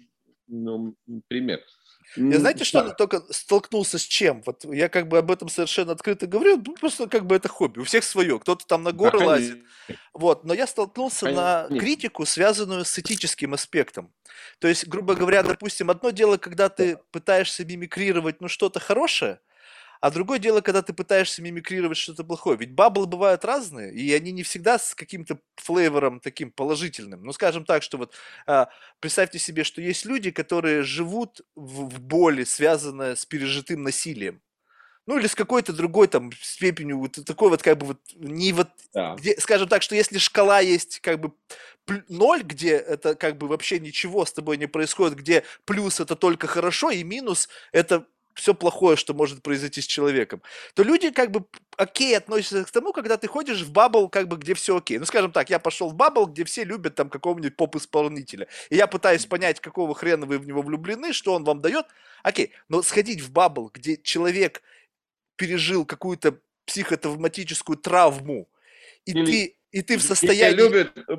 ну, пример. Я М, знаете, что да, только столкнулся с чем? Вот я как бы об этом совершенно открыто говорю, ну, просто как бы это хобби, у всех свое, кто-то там на да, горы лазит, конечно, вот, но я столкнулся на конечно. критику, связанную с этическим аспектом. То есть, грубо говоря, допустим, одно дело, когда ты пытаешься мимикрировать, ну, что-то хорошее, а другое дело, когда ты пытаешься мимикрировать что-то плохое. Ведь баблы бывают разные, и они не всегда с каким-то флейвором таким положительным. Ну, скажем так, что вот а, представьте себе, что есть люди, которые живут в, в боли, связанной с пережитым насилием. Ну, или с какой-то другой там степенью, вот такой вот как бы вот, не вот, Да. где, скажем так, что если шкала есть как бы пл- ноль, где это как бы вообще ничего с тобой не происходит, где плюс это только хорошо, и минус это все плохое, что может произойти с человеком, то люди как бы п- окей относятся к тому, когда ты ходишь в бабл, как бы где все окей. Ну, скажем так, я пошел в бабл, где все любят там какого-нибудь поп-исполнителя, и я пытаюсь понять, какого хрена вы в него влюблены, что он вам дает, окей, но сходить в бабл, где человек пережил какую-то психотравматическую травму, и Или ты, и ты в где состоянии... любят э,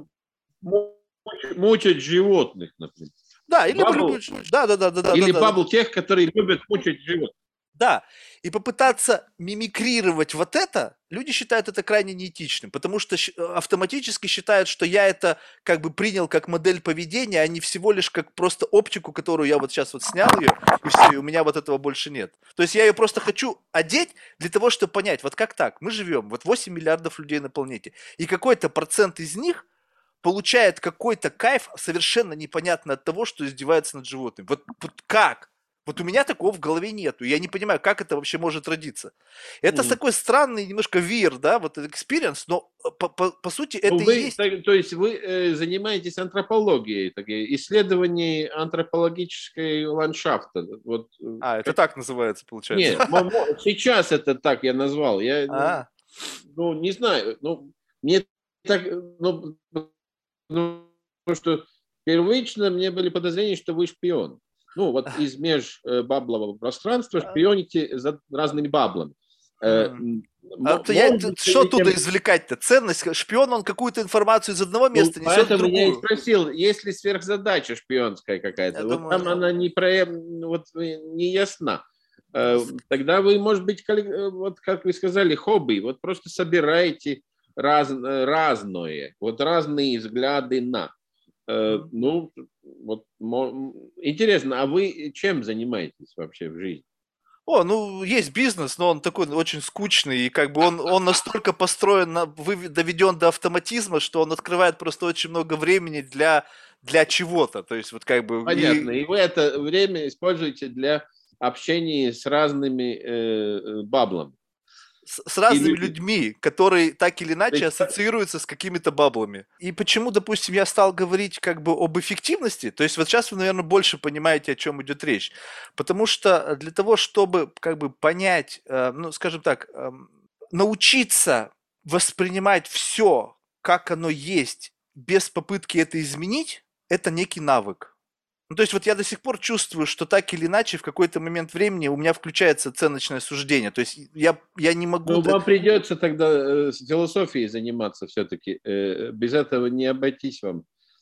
муч- мучать животных, например. Да, или Бабл, любишь... Да, да, да, да, да, да, или да, бабл да. тех, которые любят мучать животных. Да, и попытаться мимикрировать вот это, люди считают это крайне неэтичным, потому что щ- автоматически считают, что я это как бы принял как модель поведения, а не всего лишь как просто оптику, которую я вот сейчас вот снял ее, и все, и у меня вот этого больше нет. То есть я ее просто хочу одеть для того, чтобы понять, вот как так, мы живем, вот восемь миллиардов людей на планете, и какой-то процент из них получает какой-то кайф совершенно непонятно от того, что издевается над животным. Вот, вот как? Вот у меня такого в голове нету. Я не понимаю, как это вообще может родиться. Это Мгм. такой странный немножко вир, да, вот этот experience, но э, по, по- по сути Ну, это и вы, есть. так- то есть вы э, занимаетесь антропологией, такие, исследованием антропологической ландшафта. Вот, э, А, это как- так называется, получается. не, мо- мо- сейчас это так я назвал. Я, ну, А, ну, не знаю, ну, мне так, э, ну, ну, потому что первично мне были подозрения, что вы шпион. Ну, вот из межбаблового пространства а, шпионите за разными баблами. Э, м. м, А мо- то я, Может т- быть, что вы оттуда тем. извлекать-то? Ценность? Шпион, он какую-то информацию из одного Ну, места несет в поэтому я и другую. спросил, есть ли сверхзадача шпионская Я какая-то. Вот думаю, там она не, про, вот, э, не ясна. Э, Тогда вы, может быть, коллег- э, вот как вы сказали, хобби, вот просто собираете раз, э, разное, вот разные взгляды на. Э, м. Ну, вот мо- интересно, а вы чем занимаетесь вообще в жизни? О, ну, есть бизнес, но он такой очень скучный, и как бы он, он настолько построен, на, выве- доведен до автоматизма, что он открывает просто очень много времени для, для чего-то. То есть вот как бы Понятно. и И вы это время используете для общения с разными э, э, баблами. с, с разными Или, людьми, которые так или то иначе есть, ассоциируются с какими-то баблами. И почему, допустим, я стал говорить как бы об эффективности, то есть вот сейчас вы, наверное, больше понимаете, о чем идет речь. Потому что для того, чтобы как бы понять, э, ну, скажем так, эм, научиться воспринимать все, как оно есть, без попытки это изменить, это некий навык. Ну, то есть вот я до сих пор чувствую, что так или иначе в какой-то момент времени у меня включается оценочное суждение. То есть я, я не могу... ну, д- вам придется тогда э, с философией заниматься все-таки. Э, без этого не обойтись вам.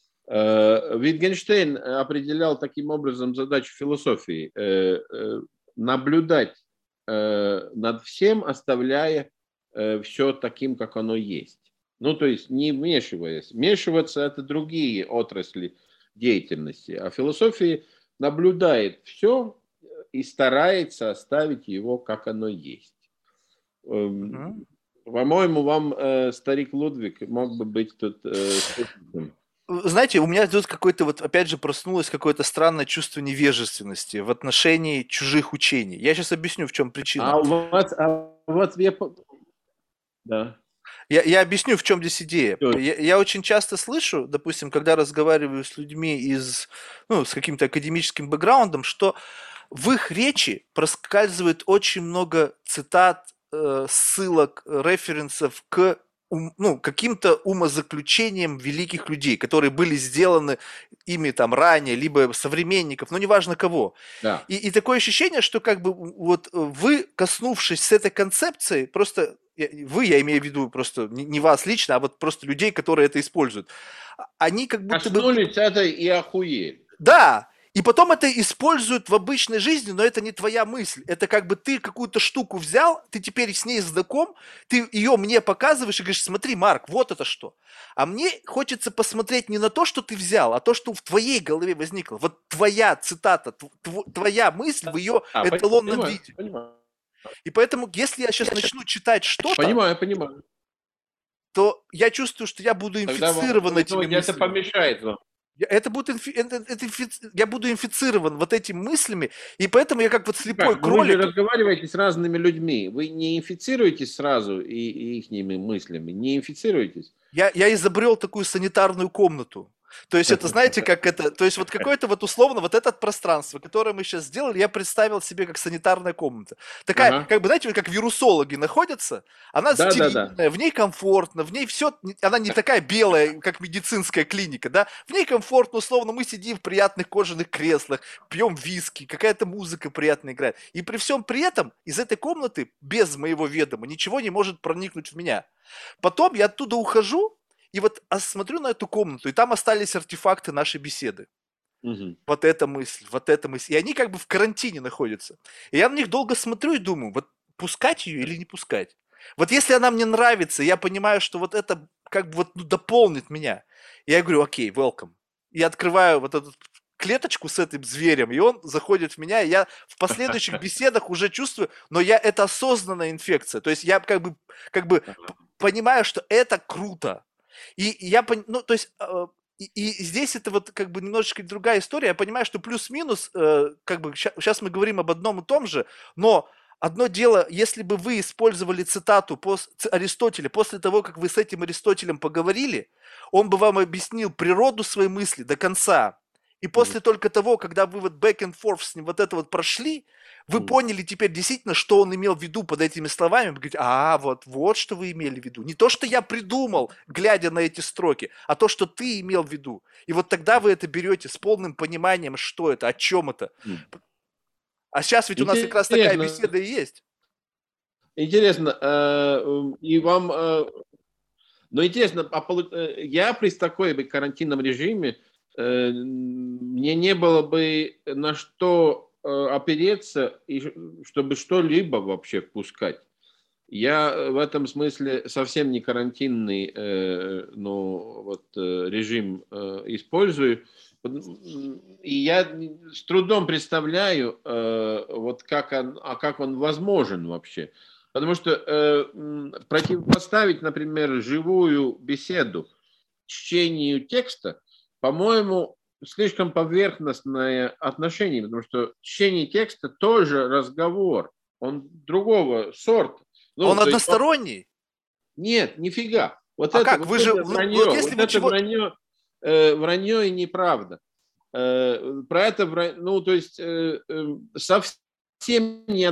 Э, Wittgenstein определял таким образом задачу философии. э, э, Наблюдать э, над всем, оставляя все таким, как оно есть. Ну, то есть не вмешиваясь. Вмешиваться – это другие отрасли деятельности. А философия наблюдает все и старается оставить его, как оно есть. Эм, Мгм. По-моему, вам э, старик Лудвиг мог бы быть тут э, спутником. Вы знаете, у меня тут какой-то вот, опять же, проснулось какое-то странное чувство невежественности в отношении чужих учений. Я сейчас объясню, в чем причина. А у вас, а у вас я, по- да. Я, я объясню, в чем здесь идея. Всё. Я, я очень часто слышу, допустим, когда разговариваю с людьми из, ну, с каким-то академическим бэкграундом, что в их речи проскальзывает очень много цитат, э, ссылок, э, референсов к ум- ну, каким-то умозаключениям великих людей, которые были сделаны ими там ранее, либо современников, ну неважно кого. Да. И, и такое ощущение, что как бы вот вы, коснувшись с этой концепцией, просто я- вы, я имею в виду просто не, не вас лично, а вот просто людей, которые это используют, а- они как будто бы Коснулись это и охуели. да, и потом это используют в обычной жизни, но это не твоя мысль. Это как бы ты какую-то штуку взял, ты теперь с ней знаком, ты ее мне показываешь и говоришь, смотри, Марк, вот это что. А мне хочется посмотреть не на то, что ты взял, а то, что в твоей голове возникло. Вот твоя цитата, тв- твоя мысль в ее А, эталонном понимаю, виде. понимаю. И поэтому, если я сейчас начну читать что-то, Понимаю, понимаю. то я чувствую, что я буду Тогда вам, инфицирован вы этими думаете, это мыслями. помешает вам? Я- Это будет инфи- это- это инфи- я буду инфицирован вот этими мыслями, и поэтому я как вот Ну слепой как? Ну вы же кролик. разговариваете с разными людьми. Вы не инфицируетесь сразу и, и их мыслями. Не инфицируетесь. Я, я изобрел такую санитарную комнату. То есть это, знаете, как это, то есть вот какое-то вот условно вот это пространство, которое мы сейчас сделали, я представил себе как санитарная комната. Такая, Ага. как бы, знаете, вот как вирусологи находятся, она Да, да, да. стерильная, в ней комфортно, в ней все, она не такая белая, как медицинская клиника, да, в ней комфортно, условно, мы сидим в приятных кожаных креслах, пьем виски, какая-то музыка приятно играет. И при всем при этом из этой комнаты, без моего ведома, ничего не может проникнуть в меня. Потом я оттуда ухожу, и вот а, смотрю на эту комнату, и там остались артефакты нашей беседы. Мгм. Вот эта мысль, вот эта мысль. И они как бы в карантине находятся. И я на них долго смотрю и думаю, вот пускать ее или не пускать. Вот если она мне нравится, я понимаю, что вот это как бы вот ну, дополнит меня. Я говорю, окей, welcome. И открываю вот эту клеточку с этим зверем, и он заходит в меня, и я в последующих беседах уже чувствую, но я это осознанная инфекция. То есть я как бы, как бы п- понимаю, что это круто. И я, пон- ну, то есть, э, И, и здесь это вот как бы немножечко другая история. Я понимаю, что плюс-минус, э, как бы сейчас мы говорим об одном и том же, но одно дело, если бы вы использовали цитату пос, ц- Аристотеля после того, как вы с этим Аристотелем поговорили, он бы вам объяснил природу своей мысли до конца. И Мгм. после только того, когда вы вот back and forth с ним вот это вот прошли, вы Мгм. поняли теперь действительно, что он имел в виду под этими словами. Вы говорите, а, вот, вот что вы имели в виду. Не то, что я придумал, глядя на эти строки, а то, что ты имел в виду. И вот тогда вы это берете с полным пониманием, что это, о чем это. Мгм. А сейчас ведь у нас как раз такая Интересно, беседа и есть. интересно, э, м, и вам, э, но интересно, а полу- э, я при такой бы карантинном режиме, э, мне не было бы на что э, опереться, и ш- чтобы что-либо вообще впускать. Я э, в этом смысле совсем не карантинный э, ну, вот, э, режим э, использую. И я с трудом представляю, э, вот как он, а как он возможен вообще. Потому что э, м, противопоставить, например, живую беседу чтению текста, по-моему, слишком поверхностное отношение, потому что чтение текста тоже разговор, он другого сорта. Он Ну, то есть, односторонний. нет, нифига. Вот А это, как? вот Вы же, это ну, вот вранье, если вот вы это чего... вранье, э, вранье и неправда. Э, про это, вра- ну, то есть, э, э, совсем не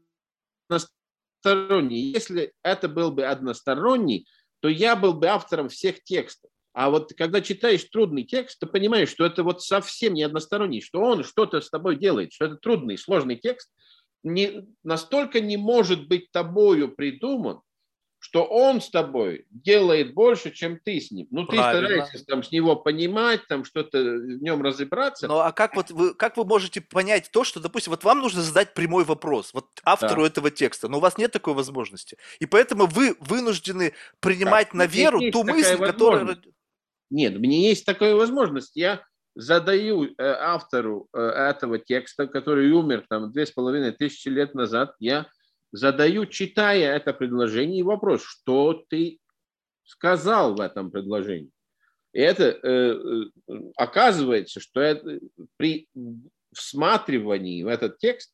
односторонний. Если это был бы односторонний, то я был бы автором всех текстов. А вот когда читаешь трудный текст, ты понимаешь, что это вот совсем не односторонний, что он что-то с тобой делает, что это трудный, сложный текст, не, настолько не может быть тобою придуман, что он с тобой делает больше, чем ты с ним. Ну, ты Правильно. стараешься там с него понимать, там что-то в нем разобраться. Ну, а как вот вы, как вы можете понять то, что, допустим, вот вам нужно задать прямой вопрос, вот автору Да. этого текста, но у вас нет такой возможности. И поэтому вы вынуждены Как? принимать У на меня веру есть ту такая мысль, которая... возможность. род- Нет, у меня есть такая возможность. Я задаю э, автору э, этого текста, который умер там две с половиной тысячи лет назад, я задаю, читая это предложение, вопрос, что ты сказал в этом предложении. И это э, э, оказывается, что это, при всматривании в этот текст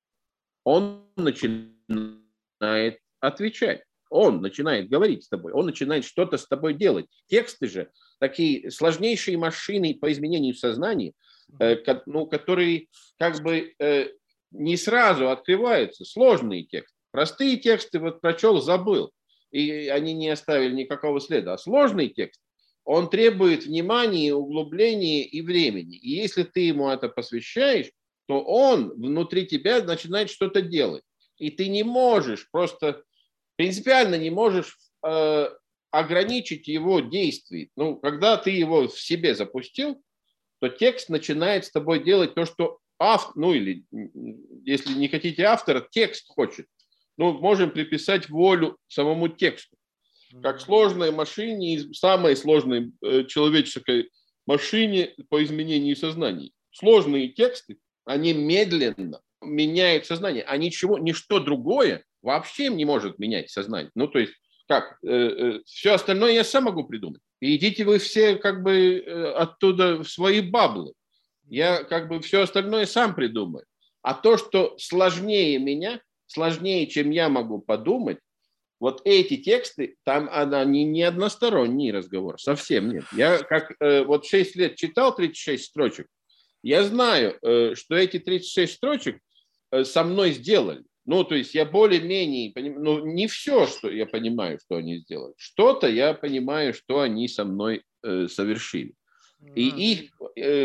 он начинает отвечать. Он начинает говорить с тобой, он начинает что-то с тобой делать. Тексты же такие сложнейшие машины по изменению сознания, Мгм. э, ко- ну, которые как бы э, не сразу открываются. Сложные тексты. Простые тексты вот прочел, забыл, и они не оставили никакого следа. А сложный текст, он требует внимания, углубления и времени. И если ты ему это посвящаешь, то он внутри тебя начинает что-то делать. И ты не можешь просто, принципиально не можешь э, ограничить его действий. Ну, когда ты его в себе запустил, то текст начинает с тобой делать то, что автор, ну или, если не хотите автора, текст хочет. Ну, можем приписать волю самому тексту. Как Мгм. сложной машине, самой сложной э, человеческой машине по изменению сознания. Сложные тексты, они медленно меняют сознание, а ничего, ничто другое вообще не может менять сознание. Ну, то есть, как, э, э, все остальное я сам могу придумать. И идите вы все как бы э, оттуда в свои баблы. Мгм. Я как бы все остальное сам придумаю. А то, что сложнее меня, сложнее, чем я могу подумать, вот эти тексты, там они не односторонний разговор, совсем нет. Я как э, вот шесть лет читал тридцать шесть строчек, я знаю, э, что эти тридцать шесть строчек э, со мной сделали. Ну, то есть я более-менее, ну, не все, что я понимаю, что они сделали. Что-то я понимаю, что они со мной э, совершили. И Мгм. их э,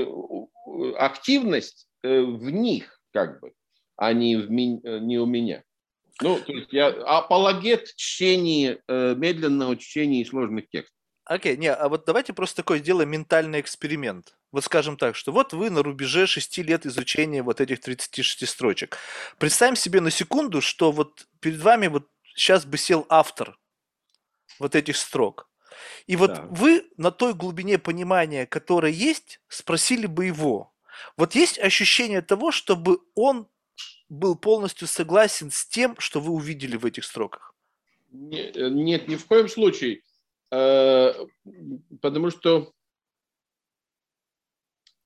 активность э, в них, как бы, а не, в ми- э, не у меня. Ну, то есть я апологет чтения, э, медленного чтения сложных текстов. Окей, не, а вот давайте просто такой сделаем ментальный эксперимент. Вот скажем так, что вот вы на рубеже шести лет изучения вот этих тридцати шести строчек. Представим себе на секунду, что вот перед вами вот сейчас бы сел автор вот этих строк. И вот Да. вы на той глубине понимания, которая есть, спросили бы его. Вот есть ощущение того, чтобы он был полностью согласен с тем, что вы увидели в этих строках? Не- Нет, ни в коем случае. Э, Потому что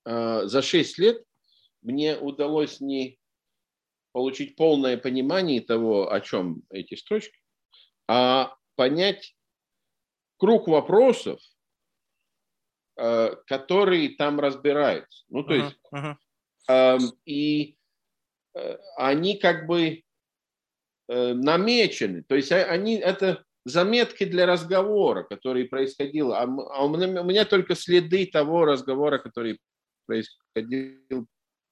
э, за шесть лет мне удалось не получить полное понимание того, о чем эти строчки, а понять круг вопросов, э, которые там разбираются. Ну, то Мгм, есть, мгм. э, и э, они как бы э, намечены. То есть, а- они это заметки для разговора, который происходил. А, м- а у, меня, у меня только следы того разговора, который происходил,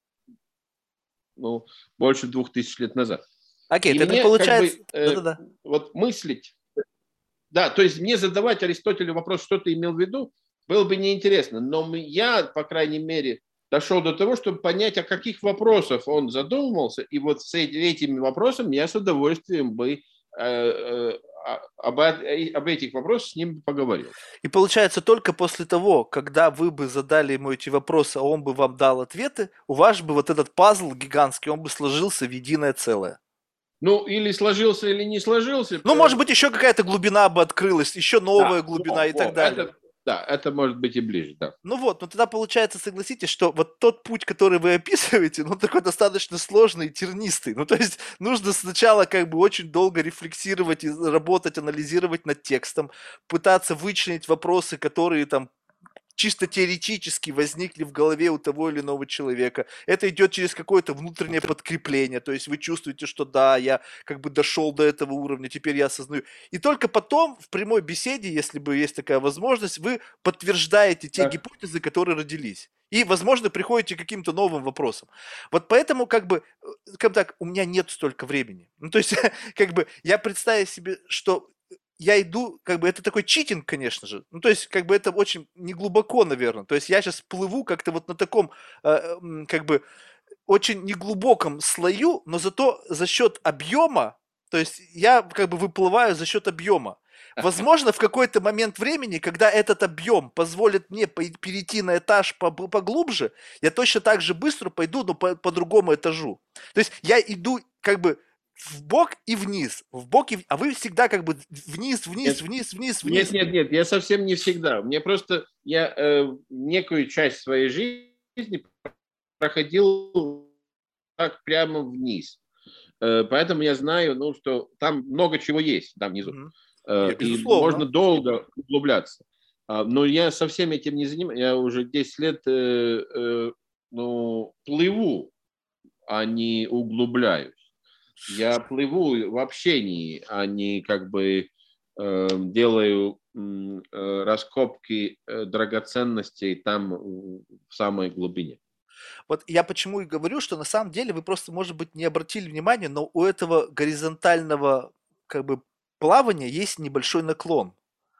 ну, больше двух тысяч лет назад. Окей, И тогда мне как получается... бы э, Да-да-да. вот мыслить, да, то есть мне задавать Аристотелю вопрос, что ты имел в виду, было бы неинтересно. Но мы- я, по крайней мере, дошел до того, чтобы понять, о каких вопросах он задумывался. И вот с эти- этими вопросами я с удовольствием бы э, э, а- об, э- об этих вопросах с ним поговорил. И получается, только после того, когда вы бы задали ему эти вопросы, а он бы вам дал ответы, у вас бы вот этот пазл гигантский, он бы сложился в единое целое. Ну, или сложился, или не сложился. Ну, э, может быть, еще какая-то глубина бы открылась, еще новая Да, глубина во, и так во, далее. это, да, это может быть и ближе, да. Ну вот, ну тогда получается, согласитесь, что вот тот путь, который вы описываете, ну такой достаточно сложный и тернистый. Ну то есть нужно сначала как бы очень долго рефлексировать и работать, анализировать над текстом, пытаться вычленить вопросы, которые там чисто теоретически возникли в голове у того или иного человека. Это идет через какое-то внутреннее подкрепление, то есть вы чувствуете, что да, я как бы дошел до этого уровня, теперь я осознаю. И только потом в прямой беседе, если бы есть такая возможность, вы подтверждаете те Да. гипотезы, которые родились. И, возможно, приходите к каким-то новым вопросам. Вот поэтому, как бы, э, как бы так, у меня нет столько времени. Ну, то есть, как бы, я представляю себе, что я иду, как бы это такой читинг, конечно же. Ну, то есть, как бы это очень неглубоко, наверное. То есть я сейчас плыву как-то вот на таком, э, м, как бы, очень неглубоком слою, но зато за счет объема, то есть я как бы выплываю за счет объема. Возможно, в какой-то момент времени, когда этот объем позволит мне пой- перейти на этаж поб- поглубже, я точно так же быстро пойду, но по, по другому этажу. То есть я иду как бы в бок и вниз, в бок и в... а вы всегда как бы вниз, вниз, Нет, вниз, вниз, нет, вниз. нет, нет, я совсем не всегда. Мне просто, я э, некую часть своей жизни проходил так прямо вниз. Э, поэтому я знаю, ну, что там много чего есть, там внизу. Мгм. Э, Не, и безусловно. можно долго углубляться. А, но я совсем этим не занимаюсь. Я уже десять лет э, э, ну, плыву, а не углубляюсь. Я плыву в общении, а не как бы э, делаю м, э, раскопки э, драгоценностей там в самой глубине. Вот я почему и говорю, что на самом деле вы просто, может быть, не обратили внимания, но у этого горизонтального как бы плавания есть небольшой наклон.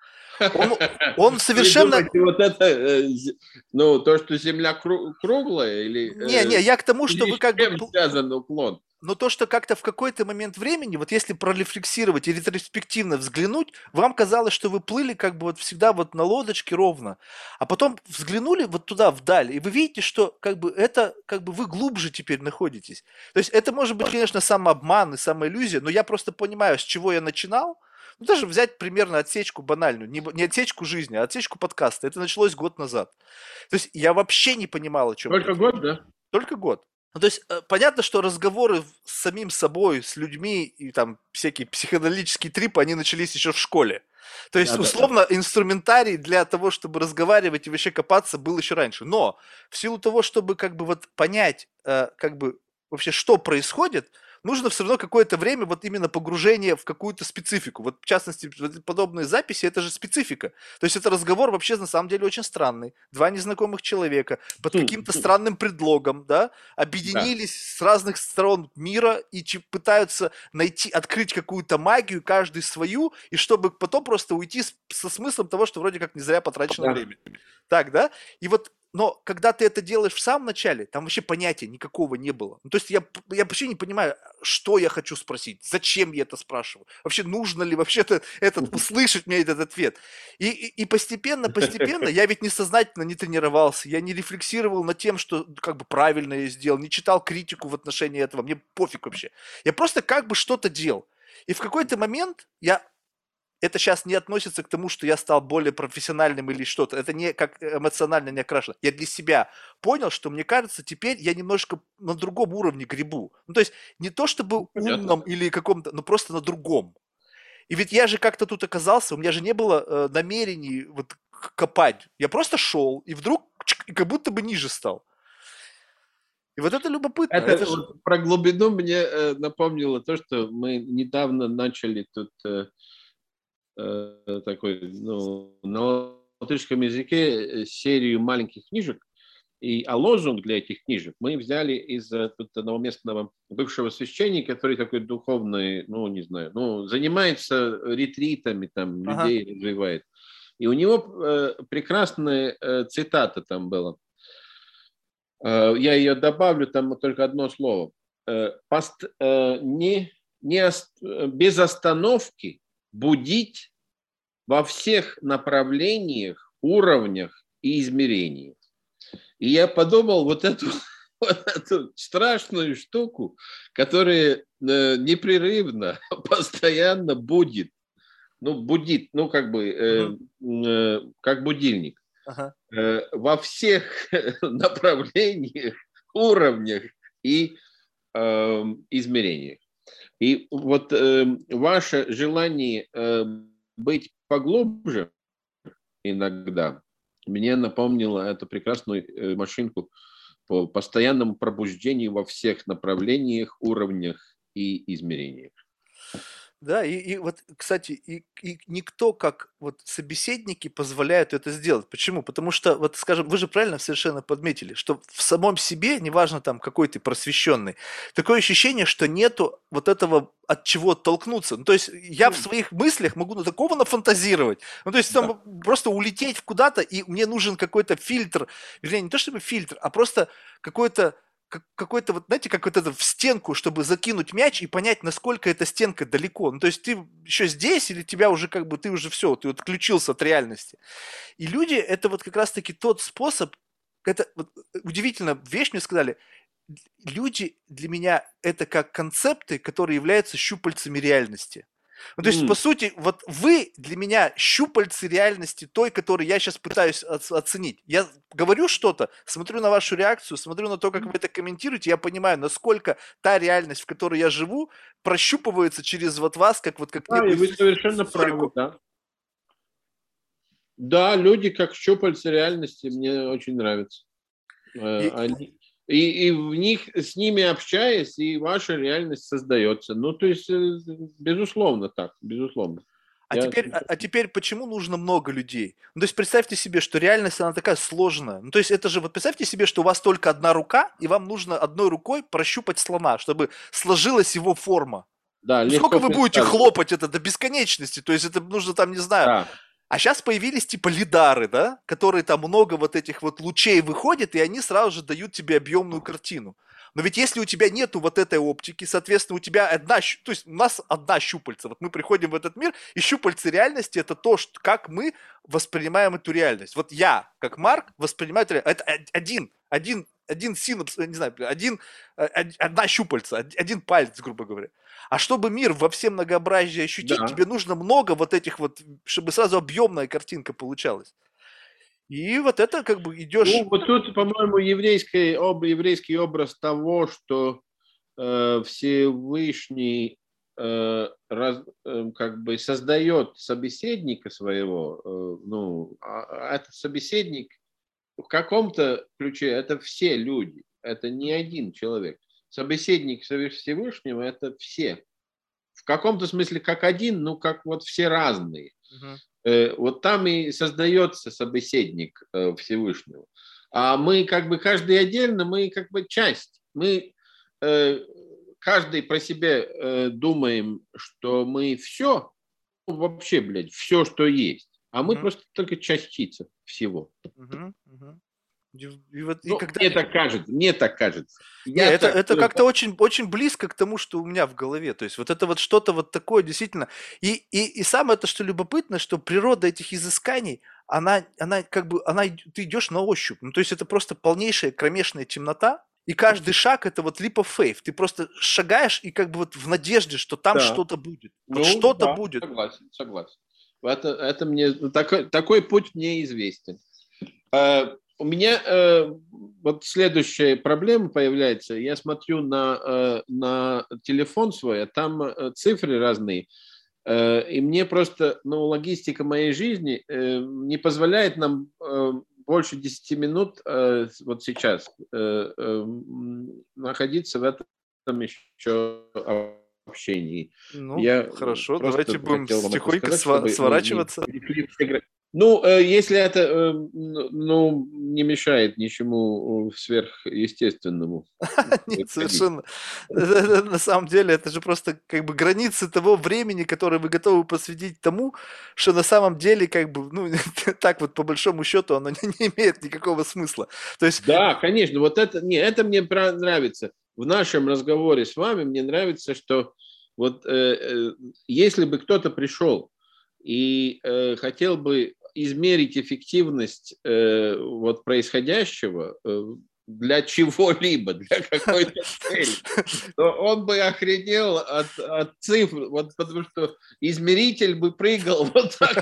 Он, он Вы совершенно... думаете, вот это, э, з- ну, то, что Земля кру- круглая, или Не, не, э, я к тому, что или вы с как бы... чем пл- связан уклон? Но то, что как-то в какой-то момент времени, вот если прорефлексировать и ретроспективно взглянуть, вам казалось, что вы плыли как бы вот всегда вот на лодочке ровно, а потом взглянули вот туда вдаль, и вы видите, что как бы это, как бы вы глубже теперь находитесь. То есть это может быть, конечно, самообман и самоиллюзия, но я просто понимаю, с чего я начинал. Ну, даже взять примерно отсечку банальную, не, б- не отсечку жизни, а отсечку подкаста. Это началось год назад. То есть я вообще не понимал, о чем Только этот год, да? только год. Ну, то есть, э, понятно, что разговоры с самим собой, с людьми и там всякие психоделические трипы, они начались еще в школе. То есть, Да, да, да. условно, инструментарий для того, чтобы разговаривать и вообще копаться, был еще раньше. Но в силу того, чтобы как бы вот понять, э, как бы вообще, что происходит, нужно все равно какое-то время вот именно погружение в какую-то специфику. Вот в частности, вот подобные записи, это же специфика. То есть это разговор вообще на самом деле очень странный. Два незнакомых человека под Хм, каким-то хм. странным предлогом, да, Да. объединились с разных сторон мира и чи- пытаются найти, открыть какую-то магию, каждый свою, и чтобы потом просто уйти с- со смыслом того, что вроде как не зря потрачено Да. время. Так, да? И вот, но когда ты это делаешь в самом начале, там вообще понятия никакого не было. Ну, то есть я, п- я вообще не понимаю, что я хочу спросить, зачем я это спрашиваю, вообще нужно ли вообще-то этот, услышать мне этот ответ. И, и, и постепенно, постепенно, я ведь несознательно не тренировался, я не рефлексировал над тем, что как бы правильно я сделал, не читал критику в отношении этого, мне пофиг вообще. Я просто как бы что-то делал. И в какой-то момент я это сейчас не относится к тому, что я стал более профессиональным или что-то. Это не как эмоционально не окрашено. Я для себя понял, что мне кажется, теперь я немножко на другом уровне гребу. Ну, то есть не то чтобы Понятно. умном или каком-то, но просто на другом. И ведь я же как-то тут оказался, у меня же не было э, намерений вот к- копать. Я просто шел, и вдруг чик, и как будто бы ниже стал. И вот это любопытно. Это Это же... вот про глубину мне э, напомнило то, что мы недавно начали тут э, э, такой, ну, на латышском языке э, серию маленьких книжек. И, а лозунг для этих книжек мы взяли из э, тут одного местного бывшего священника, который такой духовный, ну, не знаю, ну, занимается ретритами, там, Ага. людей развивает. И у него э, прекрасная э, цитата там была. Э, я ее добавлю, там только одно слово. Э, пост, э, не, не ост, без остановки будить во всех направлениях, уровнях и измерениях. И я подумал вот эту, вот эту страшную штуку, которая э, непрерывно, постоянно будет, ну, будит, ну, как бы, э, Мгм. э, как будильник, Ага. э, во всех направлениях, уровнях и э, измерениях. И вот э, ваше желание э, быть поглубже иногда мне напомнило эту прекрасную э, машинку по постоянному пробуждению во всех направлениях, уровнях и измерениях. Да, и, и вот, кстати, и, и никто, как вот собеседники, позволяют это сделать. Почему? Потому что, вот, скажем, вы же правильно совершенно подметили, что в самом себе, неважно там, какой ты просвещенный, такое ощущение, что нету вот этого от чего оттолкнуться. Ну, то есть я в Ну, своих мыслях могу на такого нафантазировать. Ну, то есть да. там просто улететь в куда-то, и мне нужен какой-то фильтр, вернее, не то чтобы фильтр, а просто какой-то как- какой-то, вот, знаете, как вот это в стенку, чтобы закинуть мяч и понять, насколько эта стенка далеко. Ну, то есть ты еще здесь, или тебя уже как бы, ты уже все, ты вот отключился от реальности. И люди, это вот как раз-таки тот способ, это вот удивительно вещь мне сказали, люди для меня это как концепты, которые являются щупальцами реальности. Ну, то есть, по М, сути, вот вы для меня щупальцы реальности той, которую я сейчас пытаюсь оц- оценить. Я говорю что-то, смотрю на вашу реакцию, смотрю на то, как вы это комментируете, я понимаю, насколько та реальность, в которой я живу, прощупывается через вот вас, как вот как Да, и некую вы совершенно правы, сферику. да. Да, люди как щупальца реальности мне очень нравятся. Э, И, Они, и, и в них, с ними общаясь, и ваша реальность создается. Ну, то есть, э, безусловно так, безусловно. А Я теперь, а, а теперь почему нужно много людей? Ну, то есть представьте себе, что реальность, она такая сложная. Ну, то есть это же, вот представьте себе, что у вас только одна рука, и вам нужно одной рукой прощупать слона, чтобы сложилась его форма. Да, Ну, сколько легко вы будете представить. хлопать это до бесконечности? То есть это нужно там, не знаю. Да, А сейчас появились типа лидары, да, которые там много вот этих вот лучей выходит, и они сразу же дают тебе объемную картину. Но ведь если у тебя нету вот этой оптики, соответственно, у тебя одна, щу- то есть у нас одна щупальца. Вот мы приходим в этот мир, и щупальцы реальности это то, что, как мы воспринимаем эту реальность. Вот я, как Марк, воспринимаю эту реальность. Это од- один, один, один синапс, не знаю, один, э, од- одна щупальца, од- один палец, грубо говоря. А чтобы мир во всем многообразии ощутить, да. тебе нужно много вот этих вот, чтобы сразу объемная картинка получалась. И вот это как бы Ну, идешь... вот тут, по-моему, еврейский, об, еврейский образ того, что э, Всевышний э, раз, э, как бы создает собеседника своего, э, ну, а, а этот собеседник в каком-то ключе это все люди, это не один человек. Собеседник Всевышнего это все. В каком-то смысле как один, ну как вот все разные. Мгм. Э, вот там и создается собеседник э, Всевышнего. А мы как бы каждый отдельно, мы как бы часть. Мы э, каждый про себя э, думаем, что мы все, ну, вообще, блядь, все, что есть. А мы Мгм. просто только частица всего. Мгм. Мгм. И, и вот, и Ну, когда... мне так кажется, мне так кажется. Не, Я это, так. это как-то очень, очень близко к тому, что у меня в голове. То есть вот это вот что-то вот такое действительно. И, и, и самое то, что любопытно, что природа этих изысканий, она, она как бы, она, ид- ты идешь на ощупь. Ну, то есть это просто полнейшая кромешная темнота, и каждый шаг это вот leap of faith. Ты просто шагаешь и как бы вот в надежде, что там Да. что-то будет. Вот Ну, что-то да, будет. согласен, согласен. Это, это мне, такой, такой путь мне известен. Uh, у меня uh, вот следующая проблема появляется. Я смотрю на, uh, на телефон свой, а там uh, цифры разные. Uh, и мне просто, ну, логистика моей жизни uh, не позволяет нам uh, больше десяти минут uh, вот сейчас uh, uh, находиться в этом еще общении. Ну, Я хорошо, просто давайте будем хотел вам это тихонько сказать, сва- чтобы мы не сворачиваться. перешли все гра- Ну, э, если это э, ну, не мешает ничему сверхъестественному Нет, происходить. совершенно. Это- На самом деле, это же просто как бы границы того времени, которое вы готовы посвятить тому, что на самом деле, как бы, ну, так вот по большому счету, оно не, не имеет никакого смысла. То есть, Да, конечно, вот это, не, это мне пра- нравится. В нашем разговоре с вами мне нравится, что вот э, э, если бы кто-то пришел и э, хотел бы измерить эффективность э, вот происходящего э, для чего-либо, для какой-то цели, то он бы охренел от, от цифр, вот потому что измеритель бы прыгал вот так,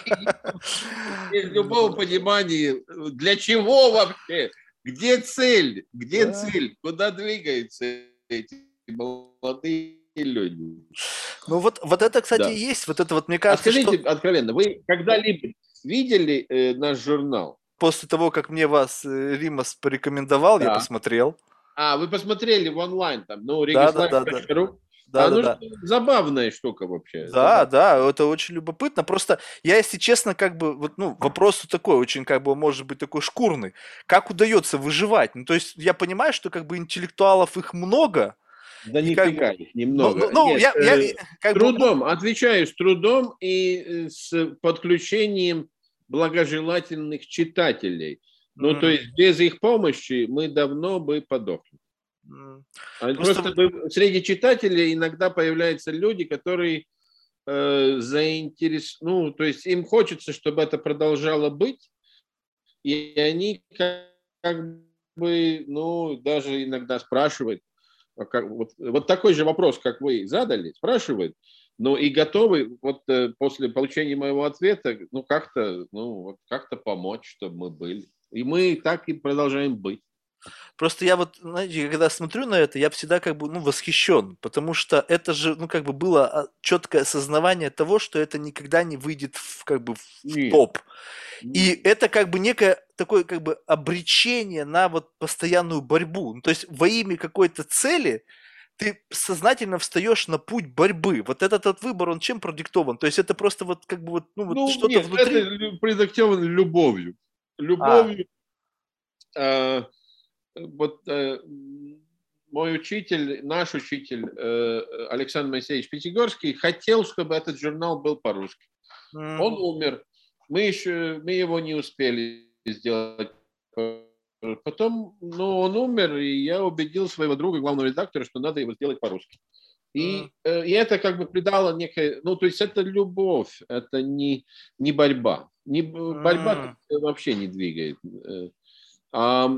без любого понимания, для чего вообще, где цель, где да. цель, куда двигаются эти молодые люди. Ну вот, вот это, кстати, и Да. есть. Вот это вот, мне А кажется, что скажите откровенно, вы когда-либо видели э, наш журнал? после того, как мне вас э, Римас порекомендовал, я Да. посмотрел. А, вы посмотрели в онлайн, там, ну, Да, да, да, да. regislime точка ru. Да, А, да, ну, да. забавная штука вообще. Да, Забавная. да, это очень любопытно. Просто я, если честно, как бы, вот, ну, вопрос такой, очень, как бы, может быть, такой шкурный. Как удается выживать? Ну, то есть, я понимаю, что, как бы, интеллектуалов их много, Да и, как бы, нифига их ну, ну, немного. ну, Нет, я, я, э, э, с как бы, ну, трудом, отвечаю, с трудом и э, с подключением благожелательных читателей. Ну, то м, есть без их помощи мы давно бы подохли. м, А просто, просто бы- среди читателей иногда появляются люди, которые э, заинтерес... ну, то есть им хочется, чтобы это продолжало быть, и они как, как бы, ну, даже иногда спрашивают, а как, вот, вот такой же вопрос, как вы задали, спрашивают, но и готовы вот э, после получения моего ответа, ну, как-то, ну, вот как-то помочь, чтобы мы были. И мы так и продолжаем быть. Просто я вот, знаете, когда смотрю на это, я всегда как бы, ну, восхищен, потому что это же, ну, как бы было а, четкое осознавание того, что это никогда не выйдет в, как бы, в Нет. топ. И это как бы некое такое как бы обречение на вот постоянную борьбу. Ну, то есть во имя какой-то цели ты сознательно встаешь на путь борьбы. Вот этот вот выбор, он чем продиктован? То есть это просто вот как бы вот, ну, вот Ну, что-то нет, это внутри? лю- продиктовано любовью. А, Любовью. э, вот э, мой учитель, наш учитель э, Александр Моисеевич Пятигорский хотел, чтобы этот журнал был по-русски. м, Он умер. Мы еще, мы его не успели сделать. Потом, ну, он умер, и я убедил своего друга, главного редактора, что надо его сделать по-русски. м, И, э, и это как бы придало некое, ну, то есть это любовь, это не, не борьба. Не, борьба м, вообще не двигает. Э, А,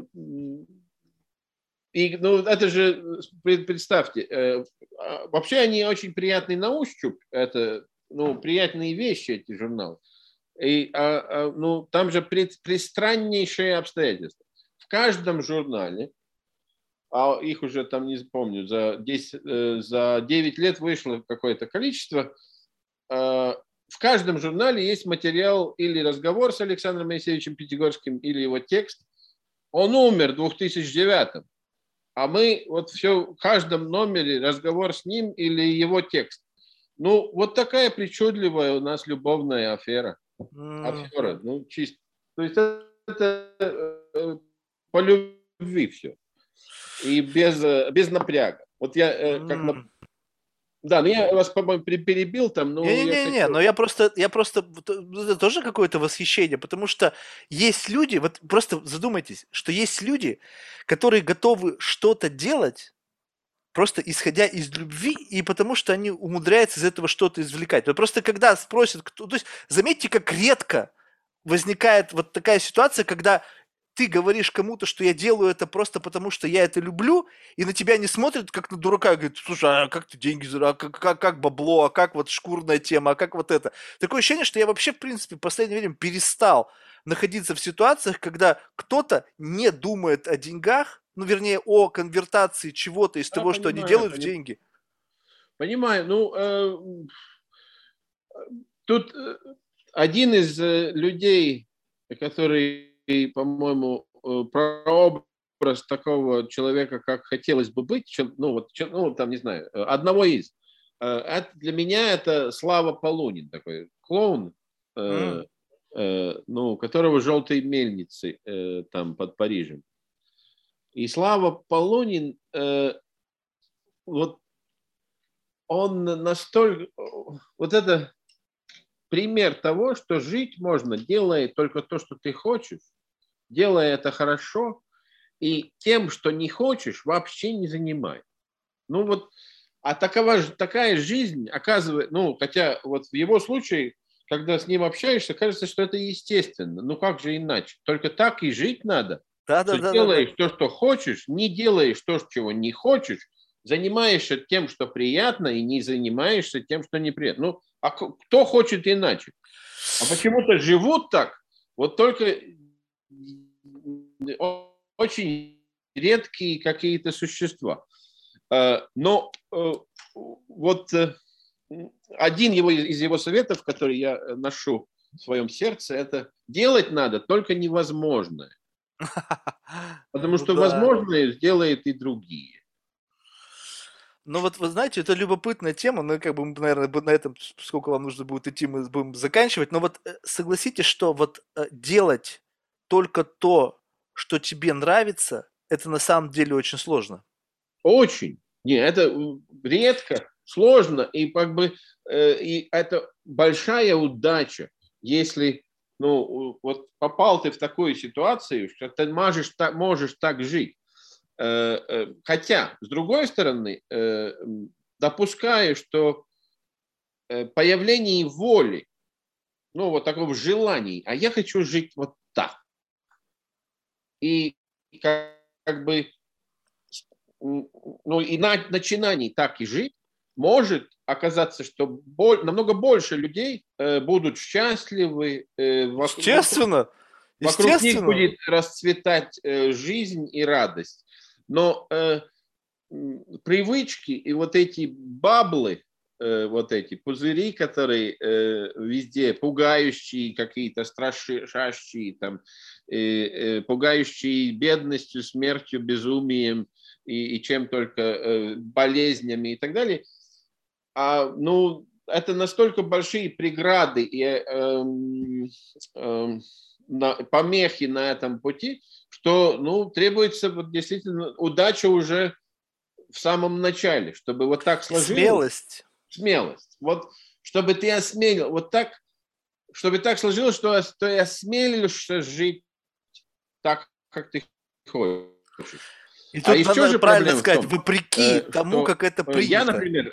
и, ну, это же, представьте, э, а, вообще они очень приятные на ощупь, это, ну, приятные вещи, эти журналы. И, а, а, ну, там же пред, пристраннейшие обстоятельства. В каждом журнале, а их уже там не помню, за, десять, э, за девять лет вышло какое-то количество, э, в каждом журнале есть материал или разговор с Александром Моисеевичем Пятигорским, или его текст. Он умер в две тысячи девятом, а мы вот все в каждом номере разговор с ним или его текст. Ну, вот такая причудливая у нас любовная афера. м. Афера, ну, чисто. То есть это э, по любви все. И без, э, без напряга. Вот я э, как на... М. Да, ну я вас, по-моему, пере- перебил там, но я Не-не-не, хотел... но я просто, я просто, вот, э, это тоже какое-то восхищение, потому что есть люди, вот просто задумайтесь, что есть люди, которые готовы что-то делать, просто исходя из любви, и потому что они умудряются из этого что-то извлекать. Вот просто когда спросят, кто, то есть заметьте, как редко возникает вот такая ситуация, когда ты говоришь кому-то, что я делаю это просто потому, что я это люблю, и на тебя не смотрят как на дурака, и говорят: слушай, а как ты деньги заработал, а как, как, как бабло, а как вот шкурная тема, а как вот это. Такое ощущение, что я вообще, в принципе, в последнее время перестал находиться в ситуациях, когда кто-то не думает о деньгах, ну, вернее, о конвертации чего-то из Да, того, что они понимаю, делают, в понимаю. деньги. Понимаю. Ну, э, тут э, один из э, людей, который, по-моему, э, прообраз такого человека, как хотелось бы быть, чем- ну, вот, чем- ну, там, не знаю, э, одного из. Э, это, для меня это Слава Полунин, такой клоун, М. э, э, ну, у которого желтые мельницы э, там под Парижем. И Слава Полунин, э, вот он настолько... Вот это пример того, что жить можно, делая только то, что ты хочешь, делая это хорошо, и тем, что не хочешь, вообще не занимай. Ну вот, а такова, такая жизнь, оказывается, ну, хотя вот в его случае, когда с ним общаешься, кажется, что это естественно. Ну как же иначе? Только так и жить надо. Что Да-да-да-да-да. делаешь то, что хочешь, не делаешь то, чего не хочешь, занимаешься тем, что приятно, и не занимаешься тем, что неприятно. Ну, а кто хочет иначе? А почему-то живут так, вот только очень редкие какие-то существа. Но вот один его, из его советов, который я ношу в своем сердце, это делать надо только невозможное. Потому Ну что да. возможное сделают и другие. Ну вот вы знаете, это любопытная тема, ну и как бы мы, наверное, на этом, сколько вам нужно будет идти, мы будем заканчивать. Но вот э, согласитесь, что вот э, делать только то, что тебе нравится, это на самом деле очень сложно. Очень. Не, это редко, сложно, и как бы э, и это большая удача, если ну, вот попал ты в такую ситуацию, что ты можешь так, можешь так жить. Э, э, хотя, с другой стороны, э, допускаю, что э, появление воли, ну, вот такого желания, а я хочу жить вот так. И как, как бы ну, и на начинаний так и жить, может оказаться, что боль, намного больше людей э, будут счастливы, э, вокруг, вокруг, Естественно, вокруг них естественно. будет расцветать э, жизнь и радость. Но э, привычки и вот эти баблы, э, вот эти пузыри, которые э, везде пугающие, какие-то страшащие, там, э, э, пугающие бедностью, смертью, безумием и, и чем только, э, болезнями и так далее. А, ну, это настолько большие преграды и э, э, на, помехи на этом пути, что ну, требуется вот, действительно удача уже в самом начале, чтобы вот так сложилось, Смелость. смелость. Вот чтобы ты осмелил, вот так, чтобы так сложилось, что ты осмелишься жить так, как ты хочешь. И А тут еще надо же правильно проблема в сказать, том, вопреки э, тому, что как это э, я, принято. например,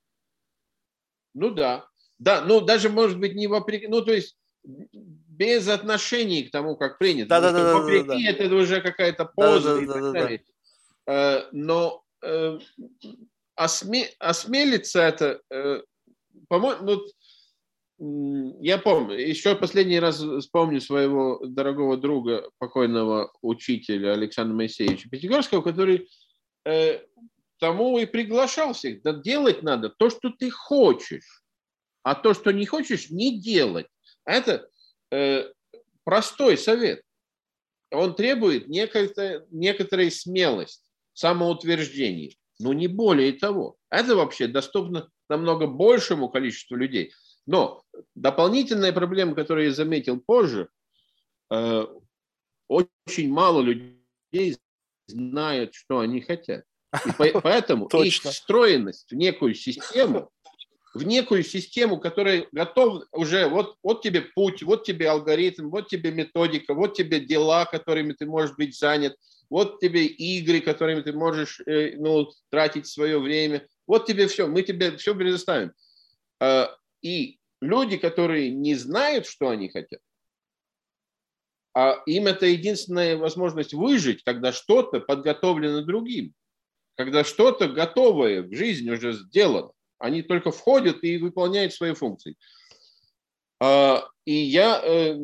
ну да, да, ну даже может быть не вопреки, ну то есть без отношений к тому, как принято, потому что Да-да-да-да-да-да. вопреки это уже какая-то поза и так Да-да-да-да-да-да. далее. Э, Но э, осме, осмелиться это, э, по-моему, ну, я помню, еще последний раз вспомню своего дорогого друга, покойного учителя Александра Моисеевича Пятигорского, который э, тому и приглашал всех. Да делать надо то, что ты хочешь, а то, что не хочешь, не делать. Это э, простой совет. Он требует некоторой, некоторой смелости, самоутверждения, но не более того. Это вообще доступно намного большему количеству людей. Но дополнительная проблема, которую я заметил позже, э, очень мало людей знают, что они хотят. И поэтому их Точно. встроенность в некую систему, в некую систему, которая готов уже, вот, вот тебе путь, вот тебе алгоритм, вот тебе методика, вот тебе дела, которыми ты можешь быть занят, вот тебе игры, которыми ты можешь э, ну, тратить свое время, вот тебе все, мы тебе все предоставим. И люди, которые не знают, что они хотят, А им это единственная возможность выжить, когда что-то подготовлено другим, когда что-то готовое в жизни уже сделано. Они только входят и выполняют свои функции. И я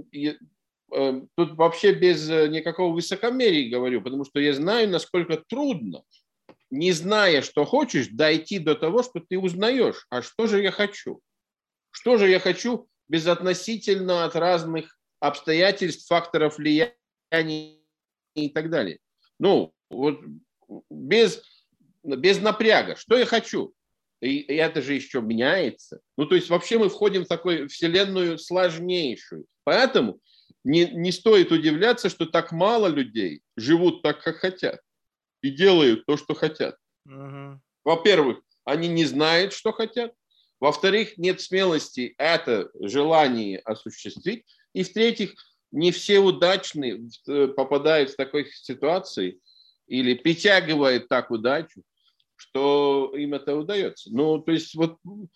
тут вообще без никакого высокомерия говорю, потому что я знаю, насколько трудно, не зная, что хочешь, дойти до того, что ты узнаешь. А что же я хочу? Что же я хочу безотносительно от разных обстоятельств, факторов влияния и так далее. Ну, вот без, без напряга. Что я хочу? И, и это же еще меняется. Ну, то есть вообще мы входим в такую вселенную сложнейшую. Поэтому не, не стоит удивляться, что так мало людей живут так, как хотят. И делают то, что хотят. Угу. Во-первых, они не знают, что хотят. Во-вторых, нет смелости это желание осуществить. И в-третьих, не все удачные попадают в такой ситуации или притягивают так удачу, что им это удается. Ну, то есть вот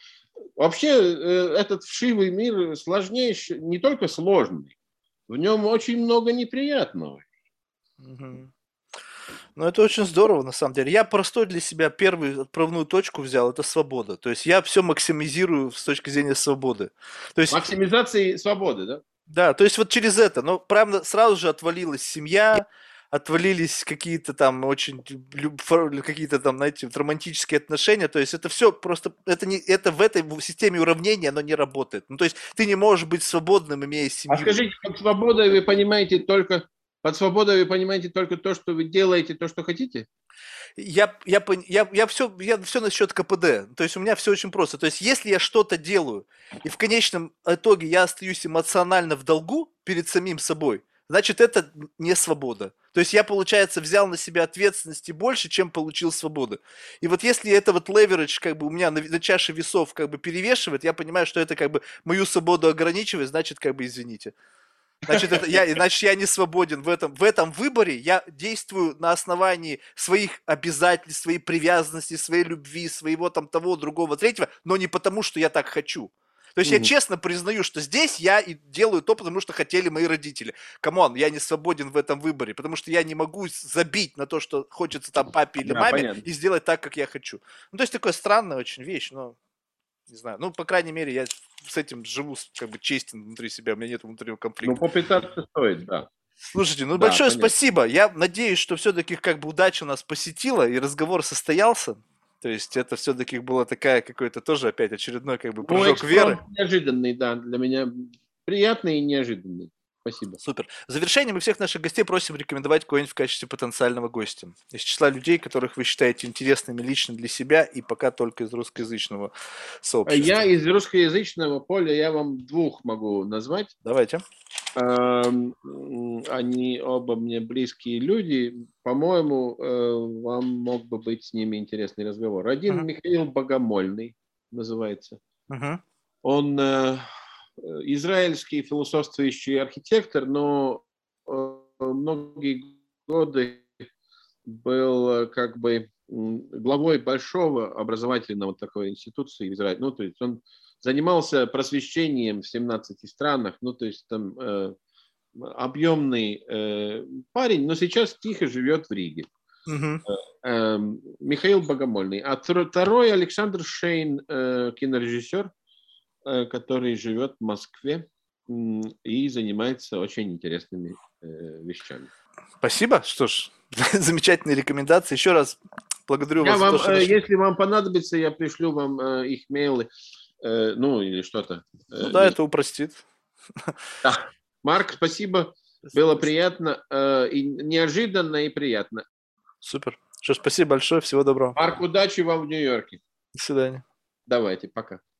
вообще этот вшивый мир сложнейший, не только сложный, в нем очень много неприятного. Угу. Ну, это очень здорово, на самом деле. Я простой для себя первую отправную точку взял, это свобода. То есть я все максимизирую с точки зрения свободы. То есть, максимизации свободы, да? Да, то есть вот через это. Но прямо сразу же отвалилась семья, отвалились какие-то там очень какие-то там, знаете, романтические отношения. То есть это все просто, это не, это в этой системе уравнения оно не работает. Ну, то есть ты не можешь быть свободным, имея семью. А скажите, под свободой вы понимаете только Под свободой вы понимаете только то, что вы делаете, то, что хотите? Я, я, я, я, все, я все насчет ка пэ дэ. То есть у меня все очень просто. То есть если я что-то делаю, и в конечном итоге я остаюсь эмоционально в долгу перед самим собой, значит, это не свобода. То есть я, получается, взял на себя ответственности больше, чем получил свободы. И вот если это вот leverage как бы у меня на, на чаше весов как бы перевешивает, я понимаю, что это как бы мою свободу ограничивает, значит, как бы извините. Значит, это я, значит, я не свободен в этом, в этом выборе. Я действую на основании своих обязательств, своей привязанности, своей любви, своего там того, другого, третьего, но не потому, что я так хочу. То есть mm-hmm. я честно признаю, что здесь я и делаю то, потому что хотели мои родители. Камон, я не свободен в этом выборе, потому что я не могу забить на то, что хочется там папе или да, маме, понятно. И сделать так, как я хочу. Ну, то есть такая странная очень вещь, но не знаю. Ну, по крайней мере, я с этим живу как бы честен внутри себя, у меня нет внутреннего конфликта. Ну, попытаться стоит, да. Слушайте, ну да, большое понятно. Спасибо. Я надеюсь, что все-таки как бы удача нас посетила и разговор состоялся. То есть это все-таки была такая какой-то тоже опять очередной как бы прыжок ну, веры. Неожиданный, да, для меня приятный и неожиданный. Спасибо. Супер. В завершение мы всех наших гостей просим рекомендовать кого-нибудь в качестве потенциального гостя. Из числа людей, которых вы считаете интересными лично для себя и пока только из русскоязычного сообщества. Я из русскоязычного поля, я вам двух могу назвать. Давайте. Они оба мне близкие люди. По-моему, вам мог бы быть с ними интересный разговор. Один uh-huh. Михаил Богомольный называется. Uh-huh. Он... израильский философствующий архитектор, но многие годы был как бы главой большого образовательного такой институции в Израиле. Ну, то есть он занимался просвещением в семнадцати странах, ну, то есть там э, объемный э, парень, но сейчас тихо живет в Риге. Uh-huh. Э, э, Михаил Богомольный. А второй Александр Шейн, э, кинорежиссер, который живет в Москве и занимается очень интересными вещами. Спасибо. Что ж, замечательные рекомендации. Еще раз благодарю я вас вам, за то, что... Если вам понадобится, я пришлю вам их мейлы, ну или что-то. Ну да, это упростит. Да. Марк, спасибо. Было приятно, и неожиданно, и приятно. Супер. Что ж, спасибо большое. Всего доброго. Марк, удачи вам в Нью-Йорке. До свидания. Давайте, пока.